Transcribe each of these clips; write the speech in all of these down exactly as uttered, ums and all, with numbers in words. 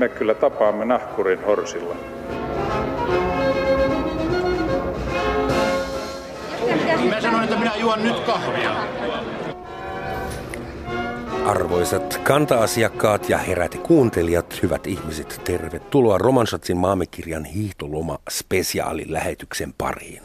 me kyllä tapaamme nahkurin horsilla. Mä sanoin, että minä juon nyt kahvia. Arvoisat kanta-asiakkaat ja heräti kuuntelijat, hyvät ihmiset, tervetuloa Romansatsin maamekirjan hiihtoloma-spesiaalin lähetyksen pariin.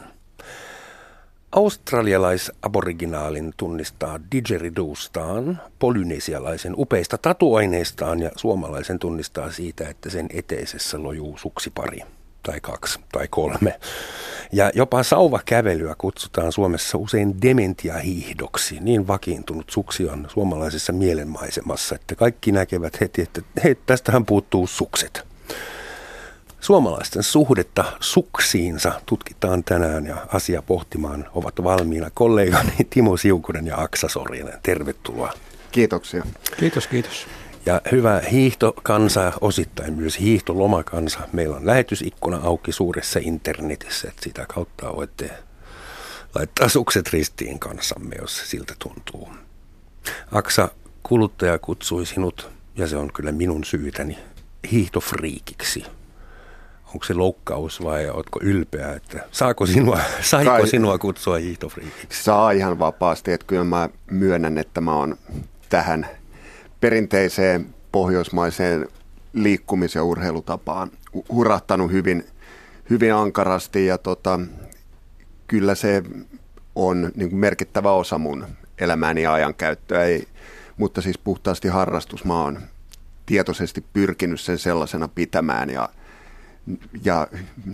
Australialais-aboriginaalin tunnistaa didgeridoo'staan, polynesialaisen upeista tatuaineistaan ja suomalaisen tunnistaa siitä, että sen eteisessä lojuu suksipari. Tai kaksi, tai kolme. Ja jopa sauvakävelyä kutsutaan Suomessa usein dementiahiihdoksi. Niin vakiintunut suksi on suomalaisessa mielenmaisemassa, että kaikki näkevät heti, että hei, tästähän puuttuu sukset. Suomalaisten suhdetta suksiinsa tutkitaan tänään ja asia pohtimaan ovat valmiina kollegani Timo Siukunen ja Aksa Sorinen. Tervetuloa. Kiitoksia. Kiitos, kiitos. Ja hyvä hiihtokansa, osittain myös hiihtolomakansa. Meillä on lähetysikkuna auki suuressa internetissä, että sitä kautta voitte laittaa sukset ristiin kanssamme, jos siltä tuntuu. Aksa, kuluttaja kutsui sinut, ja se on kyllä minun syytäni, hiihtofriikiksi. Onko se loukkaus vai oletko ylpeä, että saako sinua, saiko Kai, sinua kutsua hiihtofriikiksi? Saa ihan vapaasti, että kyllä mä myönnän, että mä oon tähän perinteiseen pohjoismaiseen liikkumis- ja urheilutapaan hurahtanut hyvin, hyvin ankarasti ja tota, kyllä se on niin kuin merkittävä osa mun elämääni ja ajankäyttöä, ei, mutta siis puhtaasti harrastus mä oon tietoisesti pyrkinyt sen sellaisena pitämään ja, ja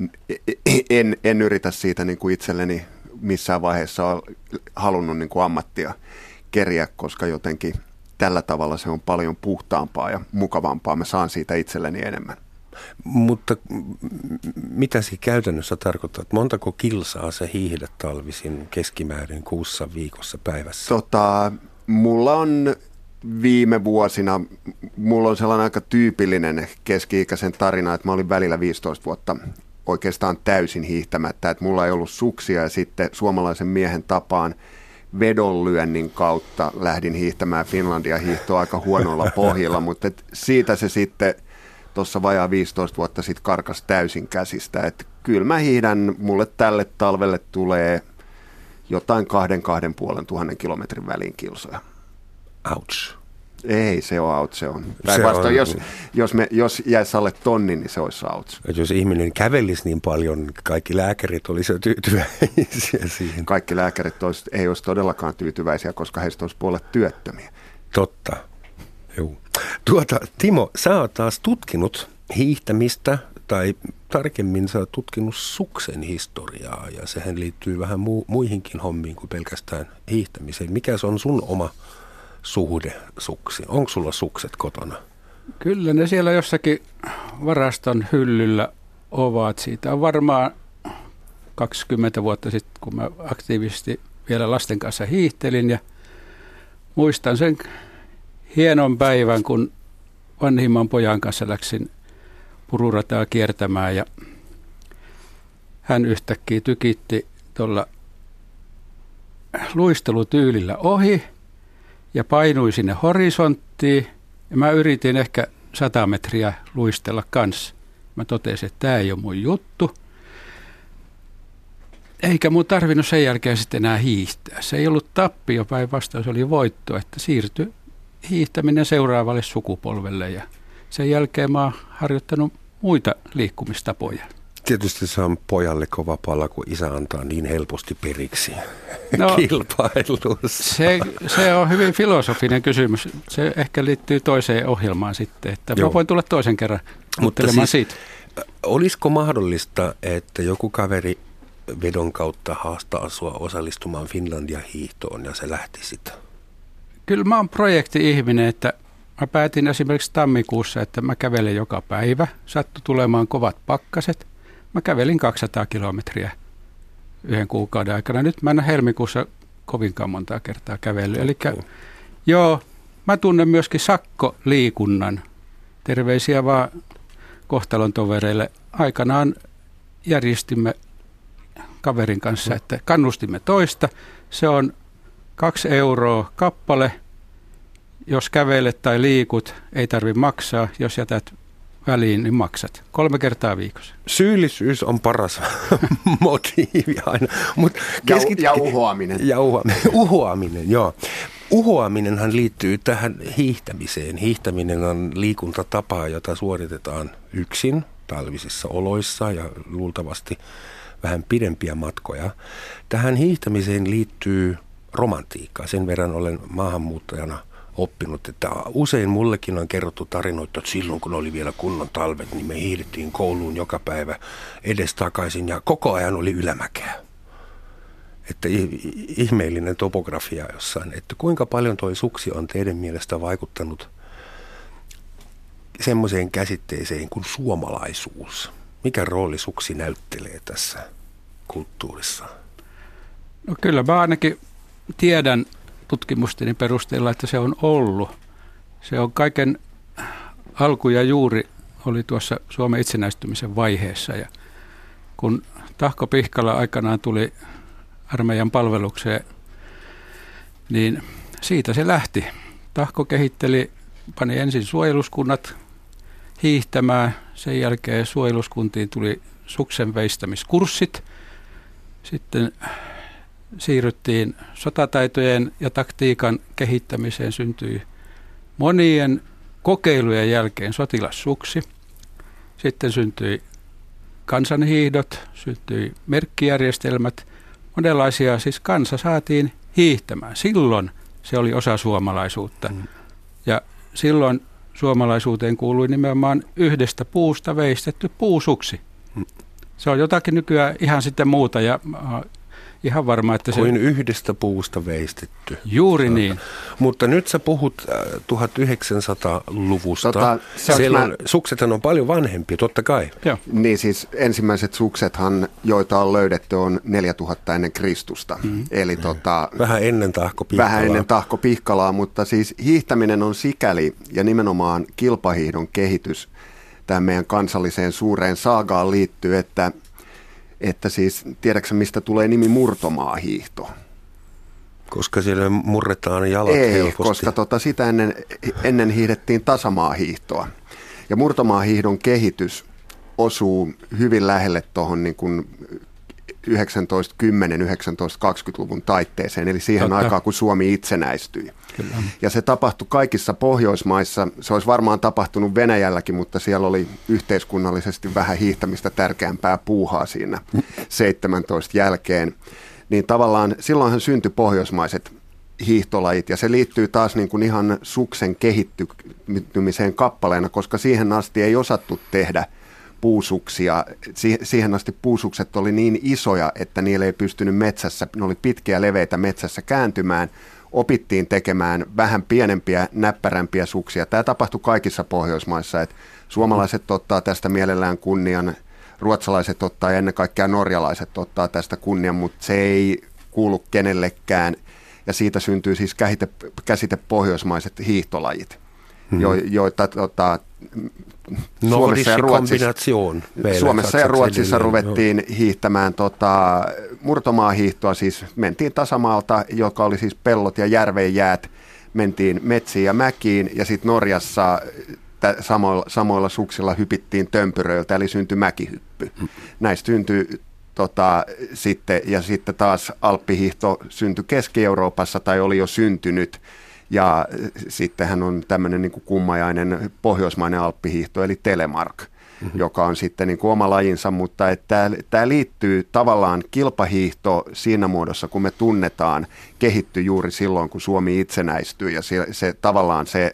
en, en yritä siitä niin kuin itselleni missään vaiheessa ole halunnut niin kuin ammattia keriä, koska jotenkin tällä tavalla se on paljon puhtaampaa ja mukavampaa. Mä saan siitä itselleni enemmän. Mutta mitä se käytännössä tarkoittaa? Montako kilsaa sä hiihdät talvisin keskimäärin kuussa viikossa päivässä? Tota, mulla on viime vuosina, mulla on sellainen aika tyypillinen keski-ikäisen tarina, että mä olin välillä viisitoista vuotta oikeastaan täysin hiihtämättä. Että mulla ei ollut suksia ja sitten suomalaisen miehen tapaan vedonlyönnin kautta lähdin hiihtämään Finlandia hiihtoa aika huonoilla pohjilla, mutta et siitä se sitten tuossa vajaa viisitoista vuotta sitten karkas täysin käsistä. Et kyllä mä hiihdän, mulle tälle talvelle tulee jotain kahden, kahden puolen tuhannen kilometrin väliin kilsoja. Ouch. Ei se on ouch, se on. Päinvastoin, jos, jos, me, jos jäisi alle tonnin, niin se olisi ouch. Et jos ihminen kävelisi niin paljon, kaikki lääkärit olisivat tyytyväisiä siihen. Kaikki lääkärit olisi, ei olisi todellakaan tyytyväisiä, koska heistä olisi puolet työttömiä. Totta. Joo. Tuota, Timo, sä oot taas tutkinut hiihtämistä, tai tarkemmin sä oot tutkinut suksen historiaa, ja sehän liittyy vähän mu- muihinkin hommiin kuin pelkästään hiihtämiseen. Mikä se on sun oma suhde suksi? Onko sulla sukset kotona? Kyllä ne siellä jossakin varaston hyllyllä ovat. Siitä on varmaan kaksikymmentä vuotta sitten, kun mä aktiivisesti vielä lasten kanssa hiihtelin. Ja muistan sen hienon päivän, kun vanhimman pojan kanssa läksin pururataa kiertämään. Ja hän yhtäkkiä tykitti tuolla luistelutyylillä ohi ja painui sinne horisonttiin. Ja mä yritin ehkä sata metriä luistella kanssa. Mä totesin, että tämä ei ole mun juttu. Eikä mun tarvinnut sen jälkeen sitten enää hiihtää. Se ei ollut tappio, päinvastoin se oli voitto, että siirtyi hiihtäminen seuraavalle sukupolvelle. Ja sen jälkeen mä oon harjoittanut muita liikkumistapoja. Tietysti se on pojalle kova pala, kun isä antaa niin helposti periksi no, kilpailussa. Se, se on hyvin filosofinen kysymys. Se ehkä liittyy toiseen ohjelmaan sitten, että mä voin tulla toisen kerran juttelemaan siis, siitä. Olisiko mahdollista, että joku kaveri vedon kautta haastaa sua osallistumaan Finlandia hiihtoon ja se lähti sitä? Kyllä mä oon projekti-ihminen, että mä päätin esimerkiksi tammikuussa, että mä kävelen joka päivä. Sattui tulemaan kovat pakkaset. Mä kävelin kaksisataa kilometriä yhden kuukauden aikana. Nyt mä en ole helmikuussa kovinkaan montaa kertaa kävellyt. Eli joo, mä tunnen myöskin sakkoliikunnan. Terveisiä vaan kohtalon tovereille. Aikanaan järjestimme kaverin kanssa, että kannustimme toista. Se on kaksi euroa kappale. Jos kävelet tai liikut, ei tarvitse maksaa. Jos jätät väliin, niin maksat kolme kertaa viikossa. Syyllisyys on paras motiivi aina. Mut keskit... Ja uhoaminen. Ja uhoaminen, uhoaminen joo. Uhoaminenhan liittyy tähän hiihtämiseen. Hiihtäminen on liikuntatapa, jota suoritetaan yksin talvisissa oloissa ja luultavasti vähän pidempiä matkoja. Tähän hiihtämiseen liittyy romantiikkaa. Sen verran olen maahanmuuttajana oppinut, että usein mullekin on kerrottu tarinoita, että silloin kun oli vielä kunnon talvet, niin me hiihdettiin kouluun joka päivä edestakaisin ja koko ajan oli ylämäkeä. Että ihmeellinen topografia jossain. Että kuinka paljon toi suksi on teidän mielestä vaikuttanut semmoiseen käsitteeseen kuin suomalaisuus? Mikä rooli suksi näyttelee tässä kulttuurissa? No kyllä mä ainakin tiedän tutkimusteni perusteella, että se on ollut. Se on kaiken alku ja juuri oli tuossa Suomen itsenäistymisen vaiheessa. Ja kun Tahko Pihkala aikanaan tuli armeijan palvelukseen, niin siitä se lähti. Tahko kehitteli, pani ensin suojeluskunnat hiihtämään, sen jälkeen suojeluskuntiin tuli suksen veistämiskurssit, sitten siirryttiin sotataitojen ja taktiikan kehittämiseen, syntyi monien kokeilujen jälkeen sotilassuksi, sitten syntyi kansanhiihdot, syntyi merkkijärjestelmät, monenlaisia, siis kansa saatiin hiihtämään. Silloin se oli osa suomalaisuutta. Mm. Ja silloin suomalaisuuteen kuului nimenomaan yhdestä puusta veistetty puusuksi. Mm. Se on jotakin nykyään ihan sitten muuta ja ihan varma, että se... Kuin yhdestä puusta veistetty. Juuri Sata. Niin. Mutta nyt sä puhut tuhatyhdeksänsataaluvusta. Tota, Siellä on, mä... Suksethan on paljon vanhempia, totta kai. Joo. Niin siis ensimmäiset suksethan, joita on löydetty, on neljätuhatta ennen Kristusta. Mm-hmm. Eli mm-hmm. tota... Vähän ennen Tahko Pihkalaa. Vähän ennen Tahko Pihkalaa, mutta siis hiihtäminen on sikäli ja nimenomaan kilpahiihdon kehitys tähän meidän kansalliseen suureen saagaan liittyy, että Että siis, tiedätkö mistä tulee nimi murtomaahiihto? Koska siellä murretaan jalat Ei, helposti. koska tota, sitä ennen, ennen hiihdettiin tasamaahiihtoa. Ja murtomaahiihdon kehitys osuu hyvin lähelle tuohon niin kuin yhdeksäntoistakymmenen yhdeksäntoistakaksikymmentäluvun taitteeseen, eli siihen Totta. aikaan, kun Suomi itsenäistyi. Kyllä. Ja se tapahtui kaikissa Pohjoismaissa. Se olisi varmaan tapahtunut Venäjälläkin, mutta siellä oli yhteiskunnallisesti vähän hiihtämistä tärkeämpää puuhaa siinä seitsemäntoista jälkeen. Niin tavallaan silloinhan syntyi pohjoismaiset hiihtolajit, ja se liittyy taas niin kuin ihan suksen kehittymiseen kappaleena, koska siihen asti ei osattu tehdä puusuksia. Siihen asti puusukset oli niin isoja, että niillä ei pystynyt metsässä, ne oli pitkiä leveitä metsässä kääntymään. Opittiin tekemään vähän pienempiä, näppärämpiä suksia. Tämä tapahtui kaikissa Pohjoismaissa, että suomalaiset ottaa tästä mielellään kunnian, ruotsalaiset ottaa ja ennen kaikkea norjalaiset ottaa tästä kunnian, mutta se ei kuulu kenellekään. Ja siitä syntyy siis käsite, käsite pohjoismaiset hiihtolajit, hmm. jo, joita tota, Suomessa ja Ruotsissa, Suomessa ja Ruotsissa edelleen, ruvettiin jo. hiihtämään tota, murtomaahiihtoa, siis mentiin tasamaalta, joka oli siis pellot ja järvenjäät, mentiin metsiin ja mäkiin, ja sitten Norjassa t- samoilla, samoilla suksilla hypittiin tömpyröiltä, eli syntyi mäkihyppy. Hmm. Näistä syntyi tota, sitten, ja sitten taas alppihiihto syntyi Keski-Euroopassa, tai oli jo syntynyt. Ja sittenhän on tämmöinen niin kuin kummajainen pohjoismainen alppihiihto, eli telemark, mm-hmm. joka on sitten niin kuin oma lajinsa, mutta tämä liittyy tavallaan kilpahiihto siinä muodossa, kun me tunnetaan, kehittyi juuri silloin, kun Suomi itsenäistyi, ja se, se tavallaan se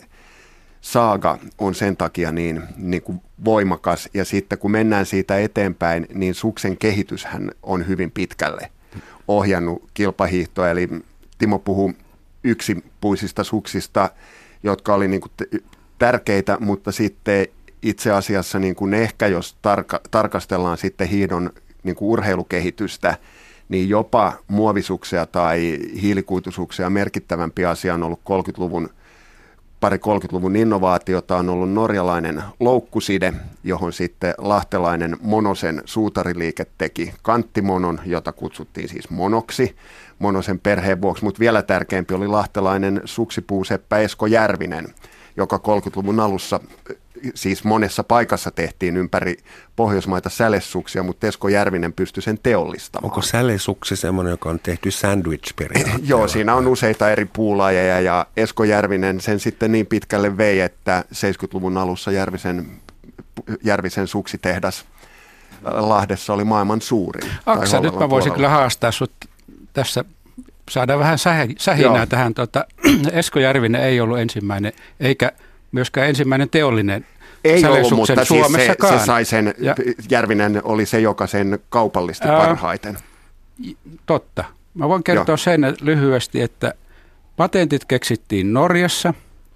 saaga on sen takia niin, niin kuin voimakas, ja sitten kun mennään siitä eteenpäin, niin suksen kehityshän on hyvin pitkälle ohjannut kilpahiihtoa, eli Timo puhuu yksipuisista suksista, jotka oli niin kuin tärkeitä, mutta sitten itse asiassa niin kuin ehkä jos tarka, tarkastellaan sitten hiihdon niin kuin urheilukehitystä, niin jopa muovisuksia tai hiilikuitusuksia merkittävämpi asia on ollut kolmekymmentäluvun, pari kolmekymmentäluvun innovaatiota on ollut norjalainen loukkuside, johon sitten lahtelainen Monosen suutariliike teki kanttimonon, jota kutsuttiin siis monoksi, Monosen perheen vuoksi, mutta vielä tärkeämpi oli lahtelainen suksipuuseppä Esko Järvinen, joka kolmekymmentäluvun alussa siis monessa paikassa tehtiin ympäri Pohjoismaita sälesuksia, mutta Esko Järvinen pystyi sen teollistamaan. Onko sälesuksi semmoinen, joka on tehty sandwich-periaatteella? Joo, siinä on useita eri puulajeja ja Esko Järvinen sen sitten niin pitkälle vei, että seitsemänkymmentäluvun alussa Järvisen, Järvisen suksitehdas Lahdessa oli maailman suurin. Aksa, nyt mä voisin kyllä haastaa sut tässä, saada vähän sähinää Joo. tähän. Tuota, Esko Järvinen ei ollut ensimmäinen, eikä myöskään ensimmäinen teollinen ei ollut, mutta siis se, se sai sen, ja, Järvinen oli se, joka sen kaupallisti ää, parhaiten. Totta. Mä voin kertoa Joo. sen lyhyesti, että patentit keksittiin Norjassa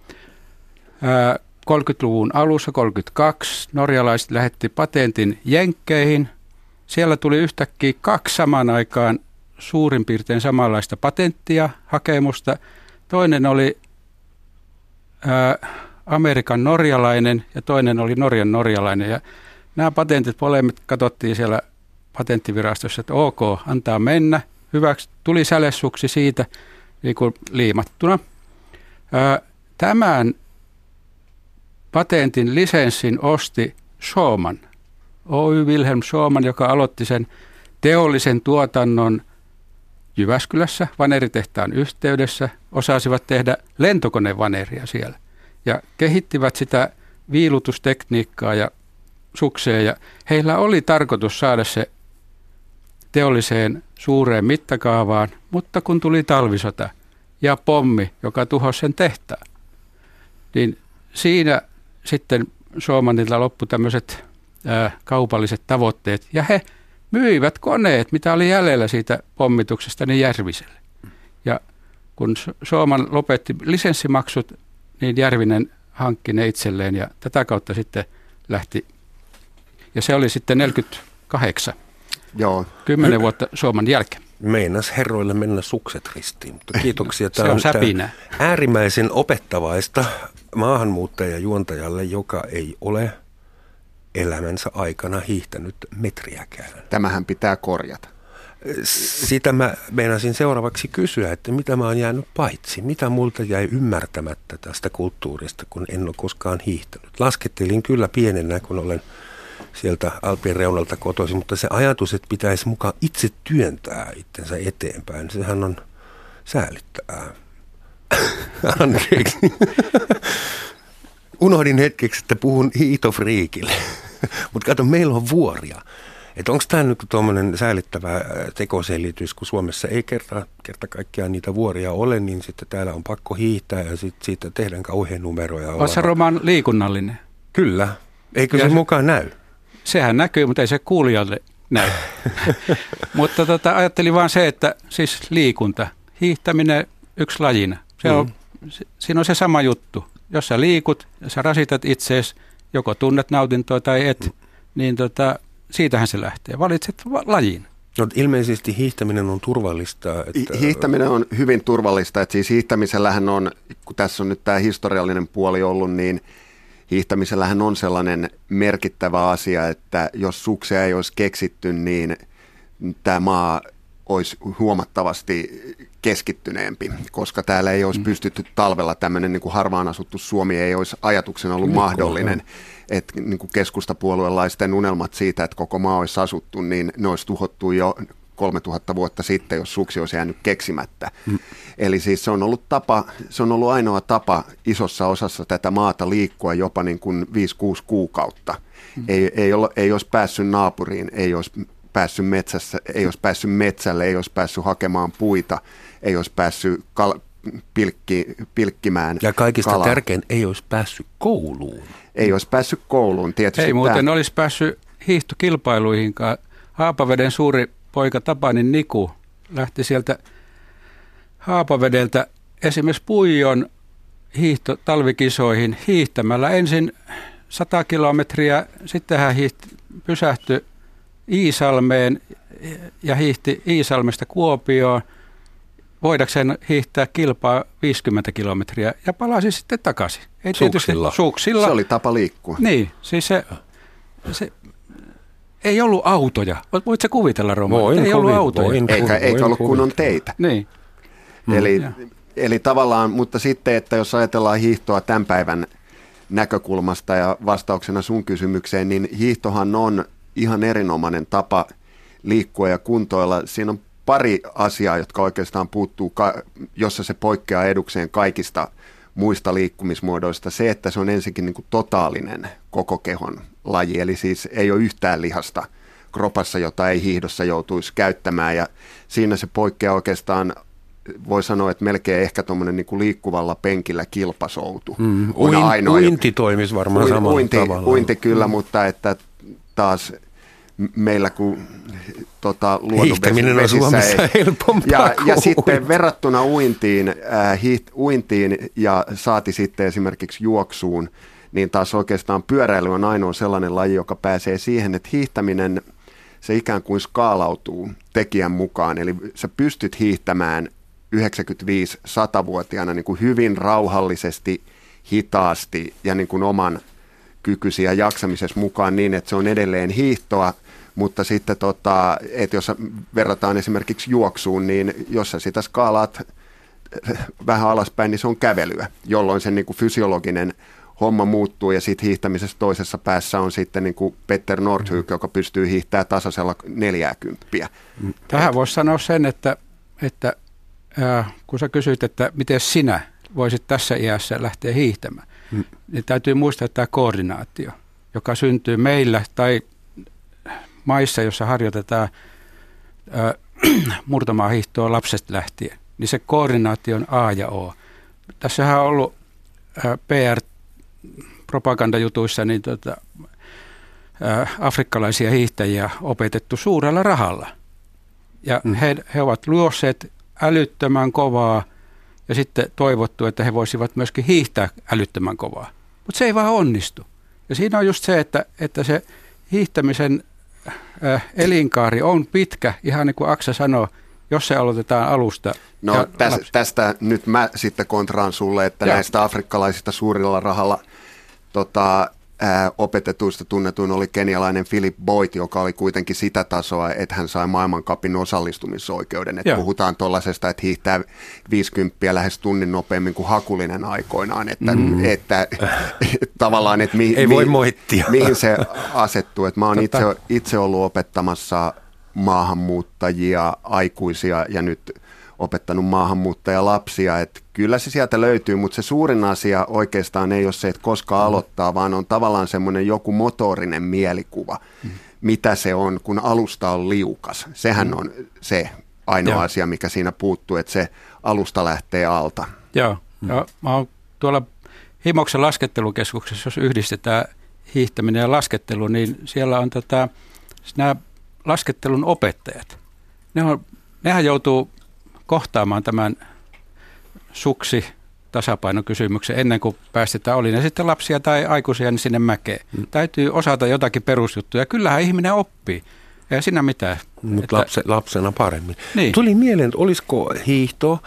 ää, kolmekymmentäluvun alussa, kolmekymmentäkaksi. Norjalaiset lähetti patentin Jenkkeihin. Siellä tuli yhtäkkiä kaksi samaan aikaan suurin piirtein samanlaista patenttia, hakemusta. Toinen oli ää, Amerikan norjalainen ja toinen oli Norjan norjalainen. Ja nämä patentit molemmat katsottiin siellä patenttivirastossa, että ok, antaa mennä. Hyväksi tuli sälessuksi siitä niin kuin liimattuna. Ää, tämän patentin lisenssin osti Schoman, Oy Wilhelm Schoman, joka aloitti sen teollisen tuotannon Jyväskylässä vaneritehtaan yhteydessä. Osasivat tehdä lentokonevaneria siellä ja kehittivät sitä viilutustekniikkaa ja sukseen. Ja heillä oli tarkoitus saada se teolliseen suureen mittakaavaan, mutta kun tuli talvisota ja pommi, joka tuhosi sen tehtaan, niin siinä sitten Schomanilta loppui tämmöiset ää, kaupalliset tavoitteet ja he myivät koneet, mitä oli jäljellä siitä pommituksesta, niin Järviselle. Ja kun Schoman lopetti lisenssimaksut, niin Järvinen hankki ne itselleen ja tätä kautta sitten lähti. Ja se oli sitten neljäkymmentäkahdeksan. Joo. Kymmenen vuotta Schoman jälkeen. Meinas herroille mennä sukset ristiin, mutta kiitoksia. Tämä on säpinä. Äärimmäisen opettavaista maahanmuuttajajuontajalle, joka ei ole elämänsä aikana hiihtänyt metriäkään. Tämähän pitää korjata. Sitä mä meinasin seuraavaksi kysyä, että mitä mä oon jäänyt paitsi, mitä multa jäi ymmärtämättä tästä kulttuurista, kun en ole koskaan hiihtänyt. Laskettelin kyllä pienenä, kun olen sieltä Alpien reunalta kotoisin, mutta se ajatus, että pitäisi mukaan itse työntää itsensä eteenpäin, sehän on säälittävää. Anteeksi. Unohdin hetkeksi, että puhun hiitofriikille, mutta kato, meillä on vuoria. Että onko tämä nyt tuommoinen säälittävä tekoselitys, kun Suomessa ei kerta, kerta kaikkiaan niitä vuoria ole, niin sitten täällä on pakko hiihtää ja sitten siitä tehdään kauhean numeroja. On se roman liikunnallinen? Kyllä. Eikö ja se, se mukaan näy? Sehän näkyy, mutta ei se kuulijalle näy. Mutta tota, ajattelin vaan se, että siis liikunta, hiihtäminen yksi lajina. Se on, mm. se, siinä on se sama juttu. Jos sä liikut ja sä rasitat itseesi, joko tunnet nautintoa tai et, mm. niin tota, siitähän se lähtee. Valitset lajin. No, ilmeisesti hiihtäminen on turvallista. Että hiihtäminen on hyvin turvallista. Että siis hiihtämisellähän on, kun tässä on nyt tämä historiallinen puoli ollut, niin hiihtämisellähän on sellainen merkittävä asia, että jos suksia ei olisi keksitty, niin tämä maa olisi huomattavasti keskittyneempi, koska täällä ei olisi pystytty talvella tämmöinen niin kuin harvaan asuttu Suomi ei olisi ajatuksena ollut Mikko, mahdollinen. Että niin kuin keskustapuoluelaisten unelmat siitä, että koko maa olisi asuttu, niin ne olisi tuhottu jo kolmetuhatta vuotta sitten, jos suksi olisi jäänyt keksimättä. Mm. Eli siis se on ollut tapa, se on ollut ainoa tapa isossa osassa tätä maata liikkua jopa niin kuin viisi kuusi kuukautta. Mm. Ei, ei, ole, ei olisi päässyt naapuriin, ei olisi päässyt metsässä, ei olisi päässyt metsälle, ei olisi päässyt hakemaan puita, ei olisi päässyt kal- pilkki, pilkkimään ja kaikista kalaa. Tärkein, ei olisi päässyt kouluun. Ei olisi päässyt kouluun, tietysti. Ei muuten tämän. olisi päässyt hiihtokilpailuihinkaan. Haapaveden suuri poika Tapani Niku lähti sieltä Haapavedeltä esimerkiksi Puijon hiihto talvikisoihin hiihtämällä ensin sata kilometriä, sitten hän hiihti, pysähtyi Iisalmeen ja hiihti Iisalmesta Kuopioon voidakseen hiihtää kilpaa viisikymmentä kilometriä ja palasi sitten takaisin. Ei suksilla. suksilla. Se oli tapa liikkua. Niin, siis se, se ei ollut autoja. Voit sä kuvitella, Roma? Voin ei kuvin, ollut autoja. Voin, eikä eikä voin ollut kunnon teitä. Niin. Eli ja. eli tavallaan, mutta sitten, että jos ajatellaan hiihtoa tämän päivän näkökulmasta ja vastauksena sun kysymykseen, niin hiihtohan on ihan erinomainen tapa liikkua ja kuntoilla. Siinä on pari asiaa, jotka oikeastaan puuttuu, jossa se poikkeaa edukseen kaikista muista liikkumismuodoista. Se, että se on ensinnäkin niin kuin totaalinen koko kehon laji, eli siis ei ole yhtään lihasta kropassa, jota ei hiihdossa joutuisi käyttämään, ja siinä se poikkeaa oikeastaan, voi sanoa, että melkein ehkä tuommoinen niin kuin liikkuvalla penkillä kilpasoutu. Mm, uin, ainoa, uinti toimisi varmaan uin, samalla uinti, tavalla. Uinti kyllä, mm. mutta että taas meillä kun tota, hiihtäminen on Suomessa ei, helpompaa ja, ja sitten verrattuna uintiin, äh, hiiht, uintiin ja saati sitten esimerkiksi juoksuun, niin taas oikeastaan pyöräily on ainoa sellainen laji, joka pääsee siihen, että hiihtäminen, se ikään kuin skaalautuu tekijän mukaan. Eli sä pystyt hiihtämään yhdeksänkymmentäviisi-satavuotiaana niin kuin hyvin rauhallisesti, hitaasti ja niin kuin oman kykysi ja jaksamisessa mukaan niin, että se on edelleen hiihtoa, mutta sitten tota, että jos verrataan esimerkiksi juoksuun, niin jos sä sitä skaalaat vähän alaspäin, niin se on kävelyä, jolloin se niin kuin fysiologinen homma muuttuu ja sitten hiihtämisessä toisessa päässä on sitten niin kuin Petter Nordhug, joka pystyy hiihtämään tasaisella neljääkymppiä. Tähän voisi sanoa sen, että, että äh, kun sä kysyit, että miten sinä voisit tässä iässä lähteä hiihtämään, hmm. niin täytyy muistaa tämä koordinaatio, joka syntyy meillä tai maissa, jossa harjoitetaan äh, murtomaa hiihtoa lapsesta lähtien, niin se koordinaatio on A ja O. Tässähän on ollut äh, P R-propagandajutuissa niin tota, äh, afrikkalaisia hiihtäjiä opetettu suurella rahalla. Ja hmm. he, he ovat luosseet älyttömän kovaa ja sitten toivottu, että he voisivat myöskin hiihtää älyttömän kovaa. Mutta se ei vaan onnistu. Ja siinä on just se, että, että se hiihtämisen äh, elinkaari on pitkä, ihan niin kuin Aksa sanoi, jos se aloitetaan alusta. No täs, tästä nyt mä sitten kontraan sulle, että ja. näistä afrikkalaisista suurilla rahalla tota, ää, opetetuista tunnetuin oli kenialainen Philip Boyd, joka oli kuitenkin sitä tasoa, että hän sai maailmancupin osallistumisoikeuden. Että puhutaan tuollaisesta, että hiihtää viisikymppiä lähes tunnin nopeammin kuin Hakulinen aikoinaan. Että, mm. että, että tavallaan, että mi, ei mi, voi moittia. mihin se asettuu. Että mä oon itse, itse ollut opettamassa maahanmuuttajia, aikuisia ja nyt opettanut maahanmuuttajalapsia, että kyllä se sieltä löytyy, mutta se suurin asia oikeastaan ei ole se, että koska aloittaa, vaan on tavallaan semmoinen joku motorinen mielikuva, mm. mitä se on, kun alusta on liukas. Sehän mm. on se ainoa Joo. asia, mikä siinä puuttuu, että se alusta lähtee alta. Joo, mm. Joo. Mä oon tuolla Himoksen laskettelukeskuksessa, jos yhdistetään hiihtäminen ja laskettelu, niin siellä on tota, nämä laskettelun opettajat. Ne on, nehän joutuu kohtaamaan tämän suksi tasapainokysymyksen ennen kuin päästetään, oli ne sitten lapsia tai aikuisia, niin sinne mäkeen. Mm. Täytyy osata jotakin perusjuttuja. Kyllähän ihminen oppii. Ei siinä mitään. Mutta lapse, lapsena paremmin. Niin. Tuli mieleen, olisiko hiihto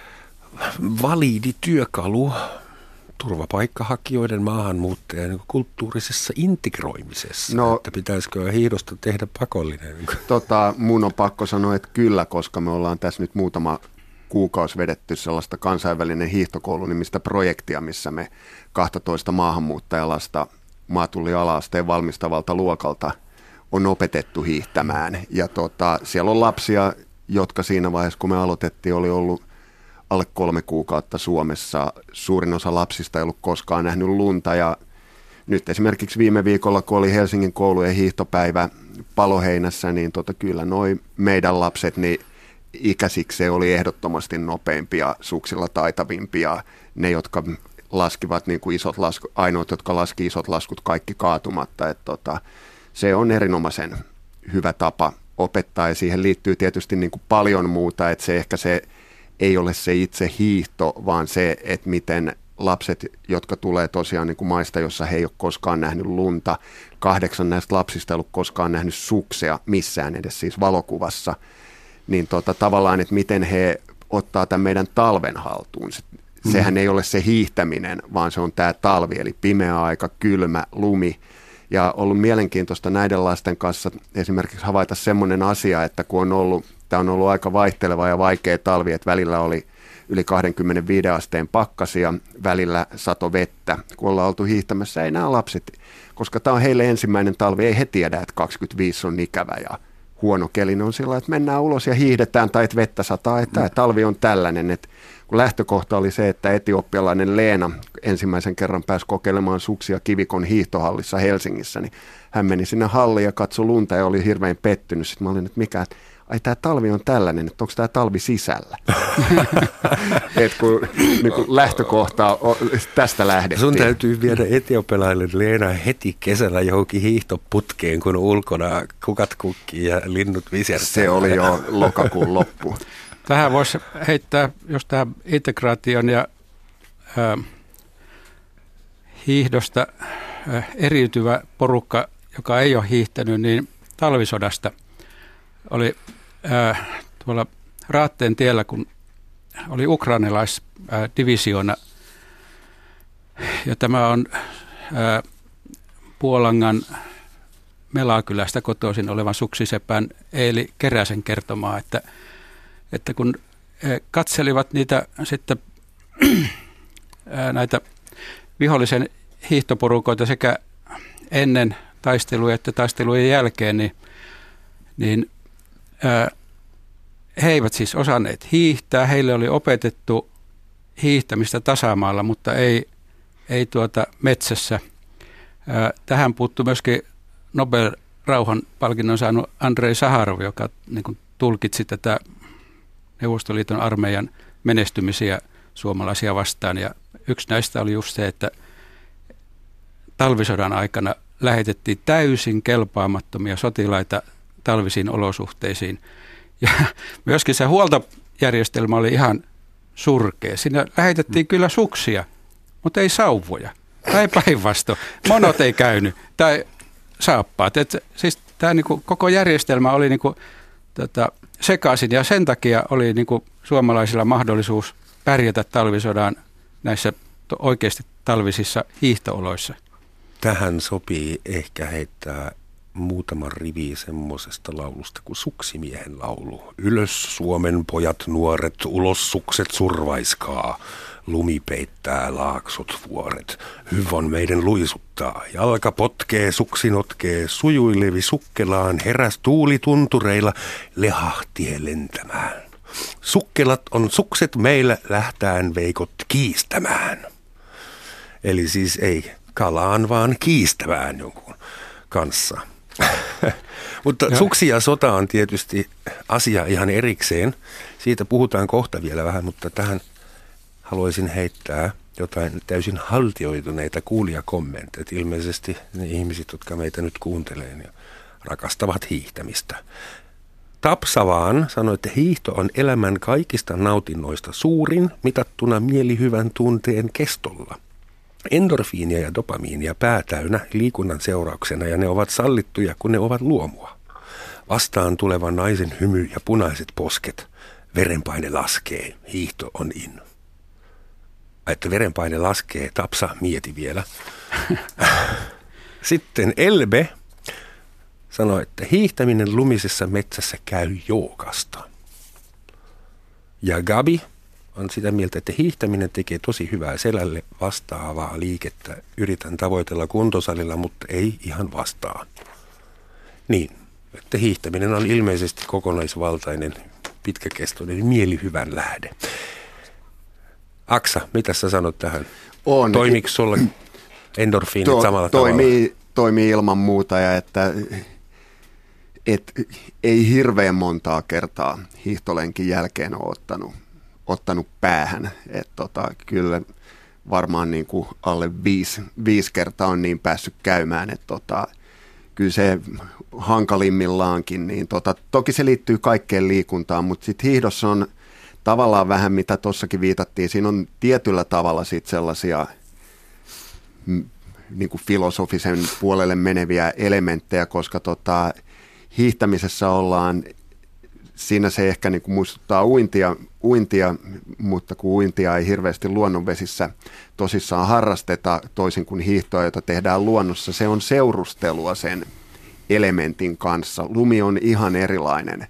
validi työkalu turvapaikkahakijoiden maahanmuuttajien kulttuurisessa integroimisessa, no, että pitäisikö hiihdosta tehdä pakollinen? Tota, mun on pakko sanoa, että kyllä, koska me ollaan tässä nyt muutama kuukausi vedetty sellaista kansainvälinen hiihtokoulu-nimistä projektia, missä me kaksitoista maahanmuuttajalasta maatulli-ala-asteen valmistavalta luokalta on opetettu hiihtämään. Ja tota, siellä on lapsia, jotka siinä vaiheessa, kun me aloitettiin, oli ollut alle kolme kuukautta Suomessa. Suurin osa lapsista ei ollut koskaan nähnyt lunta ja nyt esimerkiksi viime viikolla, kun oli Helsingin koulujen hiihtopäivä Paloheinässä, niin tota, kyllä noi meidän lapset, niin ikäisikseen oli ehdottomasti nopeimpia, suksilla taitavimpia. Ne, jotka laskivat niin kuin isot laskut, ainoat, jotka laski isot laskut kaikki kaatumatta. Et tota, se on erinomaisen hyvä tapa opettaa ja siihen liittyy tietysti niin kuin paljon muuta, että se ehkä se ei ole se itse hiihto, vaan se, että miten lapset, jotka tulee tosiaan niin kuin maista, jossa he ei ole koskaan nähnyt lunta, kahdeksan näistä lapsista ei ollut koskaan nähnyt suksea missään edes siis valokuvassa, niin tota, tavallaan, että miten he ottaa tämän meidän talven haltuun. Sehän mm. ei ole se hiihtäminen, vaan se on tämä talvi, eli pimeä aika, kylmä, lumi. Ja ollut mielenkiintoista näiden lasten kanssa esimerkiksi havaita semmoinen asia, että kun on ollut, tämä on ollut aika vaihteleva ja vaikea talvi, että välillä oli yli kaksikymmentäviisi asteen pakkasia, välillä sato vettä, kun ollaan oltu hiihtämässä. Ei nämä lapset, koska tämä on heille ensimmäinen talvi, ei he tiedä, että kaksikymmentäviisi on ikävä ja huono keli. On sillä, että mennään ulos ja hiihdetään tai että vettä sataa, että tämä talvi on tällainen. Että kun lähtökohta oli se, että etiopialainen Leena ensimmäisen kerran pääsi kokeilemaan suksia Kivikon hiihtohallissa Helsingissä, niin hän meni sinne halliin ja katsoi lunta ja oli hirveän pettynyt. Sitten mä olin, että mikä, että ai tämä talvi on tällainen, että onko tämä talvi sisällä? Et kun, niin kun lähtökohtaa tästä lähdettiin. Sun täytyy viedä etiopialainen Leena heti kesällä johonkin hiihtoputkeen, kun ulkona kukat kukkii ja linnut visertää. Se oli jo lokakuun loppu. Tähän voisi heittää, jos tämä integraation ja ää, hiihdosta ää, eriytyvä porukka, joka ei ole hiihtänyt, niin talvisodasta oli ää, tuolla Raatteen tiellä, kun oli ukrainalaisdivisioona, ja tämä on ää, Puolangan Melakylästä kotoisin olevan suksisepän Eeli Keräsen kertomaa, että että kun he katselivat niitä sitten näitä vihollisen hiihtoporukoita sekä ennen taisteluja että taistelujen jälkeen, niin, niin ää, he eivät siis osanneet hiihtää. Heille oli opetettu hiihtämistä tasamaalla, mutta ei, ei tuota metsässä. Ää, tähän puuttui myöskin Nobel-rauhanpalkinnon saanut Andrei Saharov, joka niin kuin tulkitsi tätä Neuvostoliiton armeijan menestymisiä suomalaisia vastaan. Ja yksi näistä oli just se, että talvisodan aikana lähetettiin täysin kelpaamattomia sotilaita talvisiin olosuhteisiin. Ja myöskin se huoltojärjestelmä oli ihan surkea. Siinä lähetettiin kyllä suksia, mutta ei sauvoja. Tai päinvastoin. Monot ei käynyt. Tai saappaat. Et siis tämä niinku, koko järjestelmä oli niinku, tota, sekaisin ja sen takia oli niinku, suomalaisilla mahdollisuus pärjätä talvisodan näissä oikeasti talvisissa hiihtooloissa. Tähän sopii ehkä heittää muutaman rivi semmoisesta laulusta kuin Suksimiehen laulu. Ylös Suomen pojat nuoret, ulos sukset survaiskaa. Lumi peittää laaksot vuoret. Hyvon meidän luisuttaa. Jalka potkee, suksi notkee. Sujuilevi sukkelaan heräs tuuli tuntureilla. Lehahtie lentämään. Sukkelat on sukset meillä lähtään veikot kiistämään. Eli siis ei kalaan, vaan kiistämään jonkun kanssa. Mutta ja. Suksi ja sota on tietysti asia ihan erikseen. Siitä puhutaan kohta vielä vähän, mutta tähän haluaisin heittää jotain täysin haltioituneita kuulijakommentteja. Ilmeisesti ne ihmiset, jotka meitä nyt kuuntelee, ja rakastavat hiihtämistä. Tapsavaan sanoi, että hiihto on elämän kaikista nautinnoista suurin mitattuna mielihyvän tunteen kestolla. Endorfiinia ja dopamiinia päätäynnä liikunnan seurauksena ja ne ovat sallittuja, kun ne ovat luomua. Vastaan tuleva naisen hymy ja punaiset posket. Verenpaine laskee, hiihto on in. Että verenpaine laskee, Tapsa mieti vielä. Sitten Elbe sanoi, että hiihtäminen lumisessa metsässä käy jookasta. Ja Gabi on sitä mieltä, että hiihtäminen tekee tosi hyvää selälle vastaavaa liikettä. Yritän tavoitella kuntosalilla, mutta ei ihan vastaa. Niin, että hiihtäminen on ilmeisesti kokonaisvaltainen, pitkäkestoinen mielihyvän lähde. Aksa, mitä sä sanot tähän? On. Toimiiko sulla endorfiinit to, samalla toimii, tavalla? Toimii ilman muuta ja että et, ei hirveän montaa kertaa hiihtolenkin jälkeen ole ottanut, ottanut päähän. Et tota, kyllä varmaan niin kuin alle viisi, viisi kertaa on niin päässyt käymään, että tota, kyllä se hankalimmillaankin. Niin tota, toki se liittyy kaikkeen liikuntaan, mutta sitten hiihdossa on tavallaan vähän, mitä tuossakin viitattiin, siinä on tietyllä tavalla sit sellaisia m, niin kuin filosofisen puolelle meneviä elementtejä, koska tota, hiihtämisessä ollaan, siinä se ehkä niin kuin muistuttaa uintia, uintia, mutta kun uintia ei hirveästi luonnonvesissä tosissaan harrasteta, toisin kuin hiihtoa, jota tehdään luonnossa, se on seurustelua sen elementin kanssa. Lumi on ihan erilainen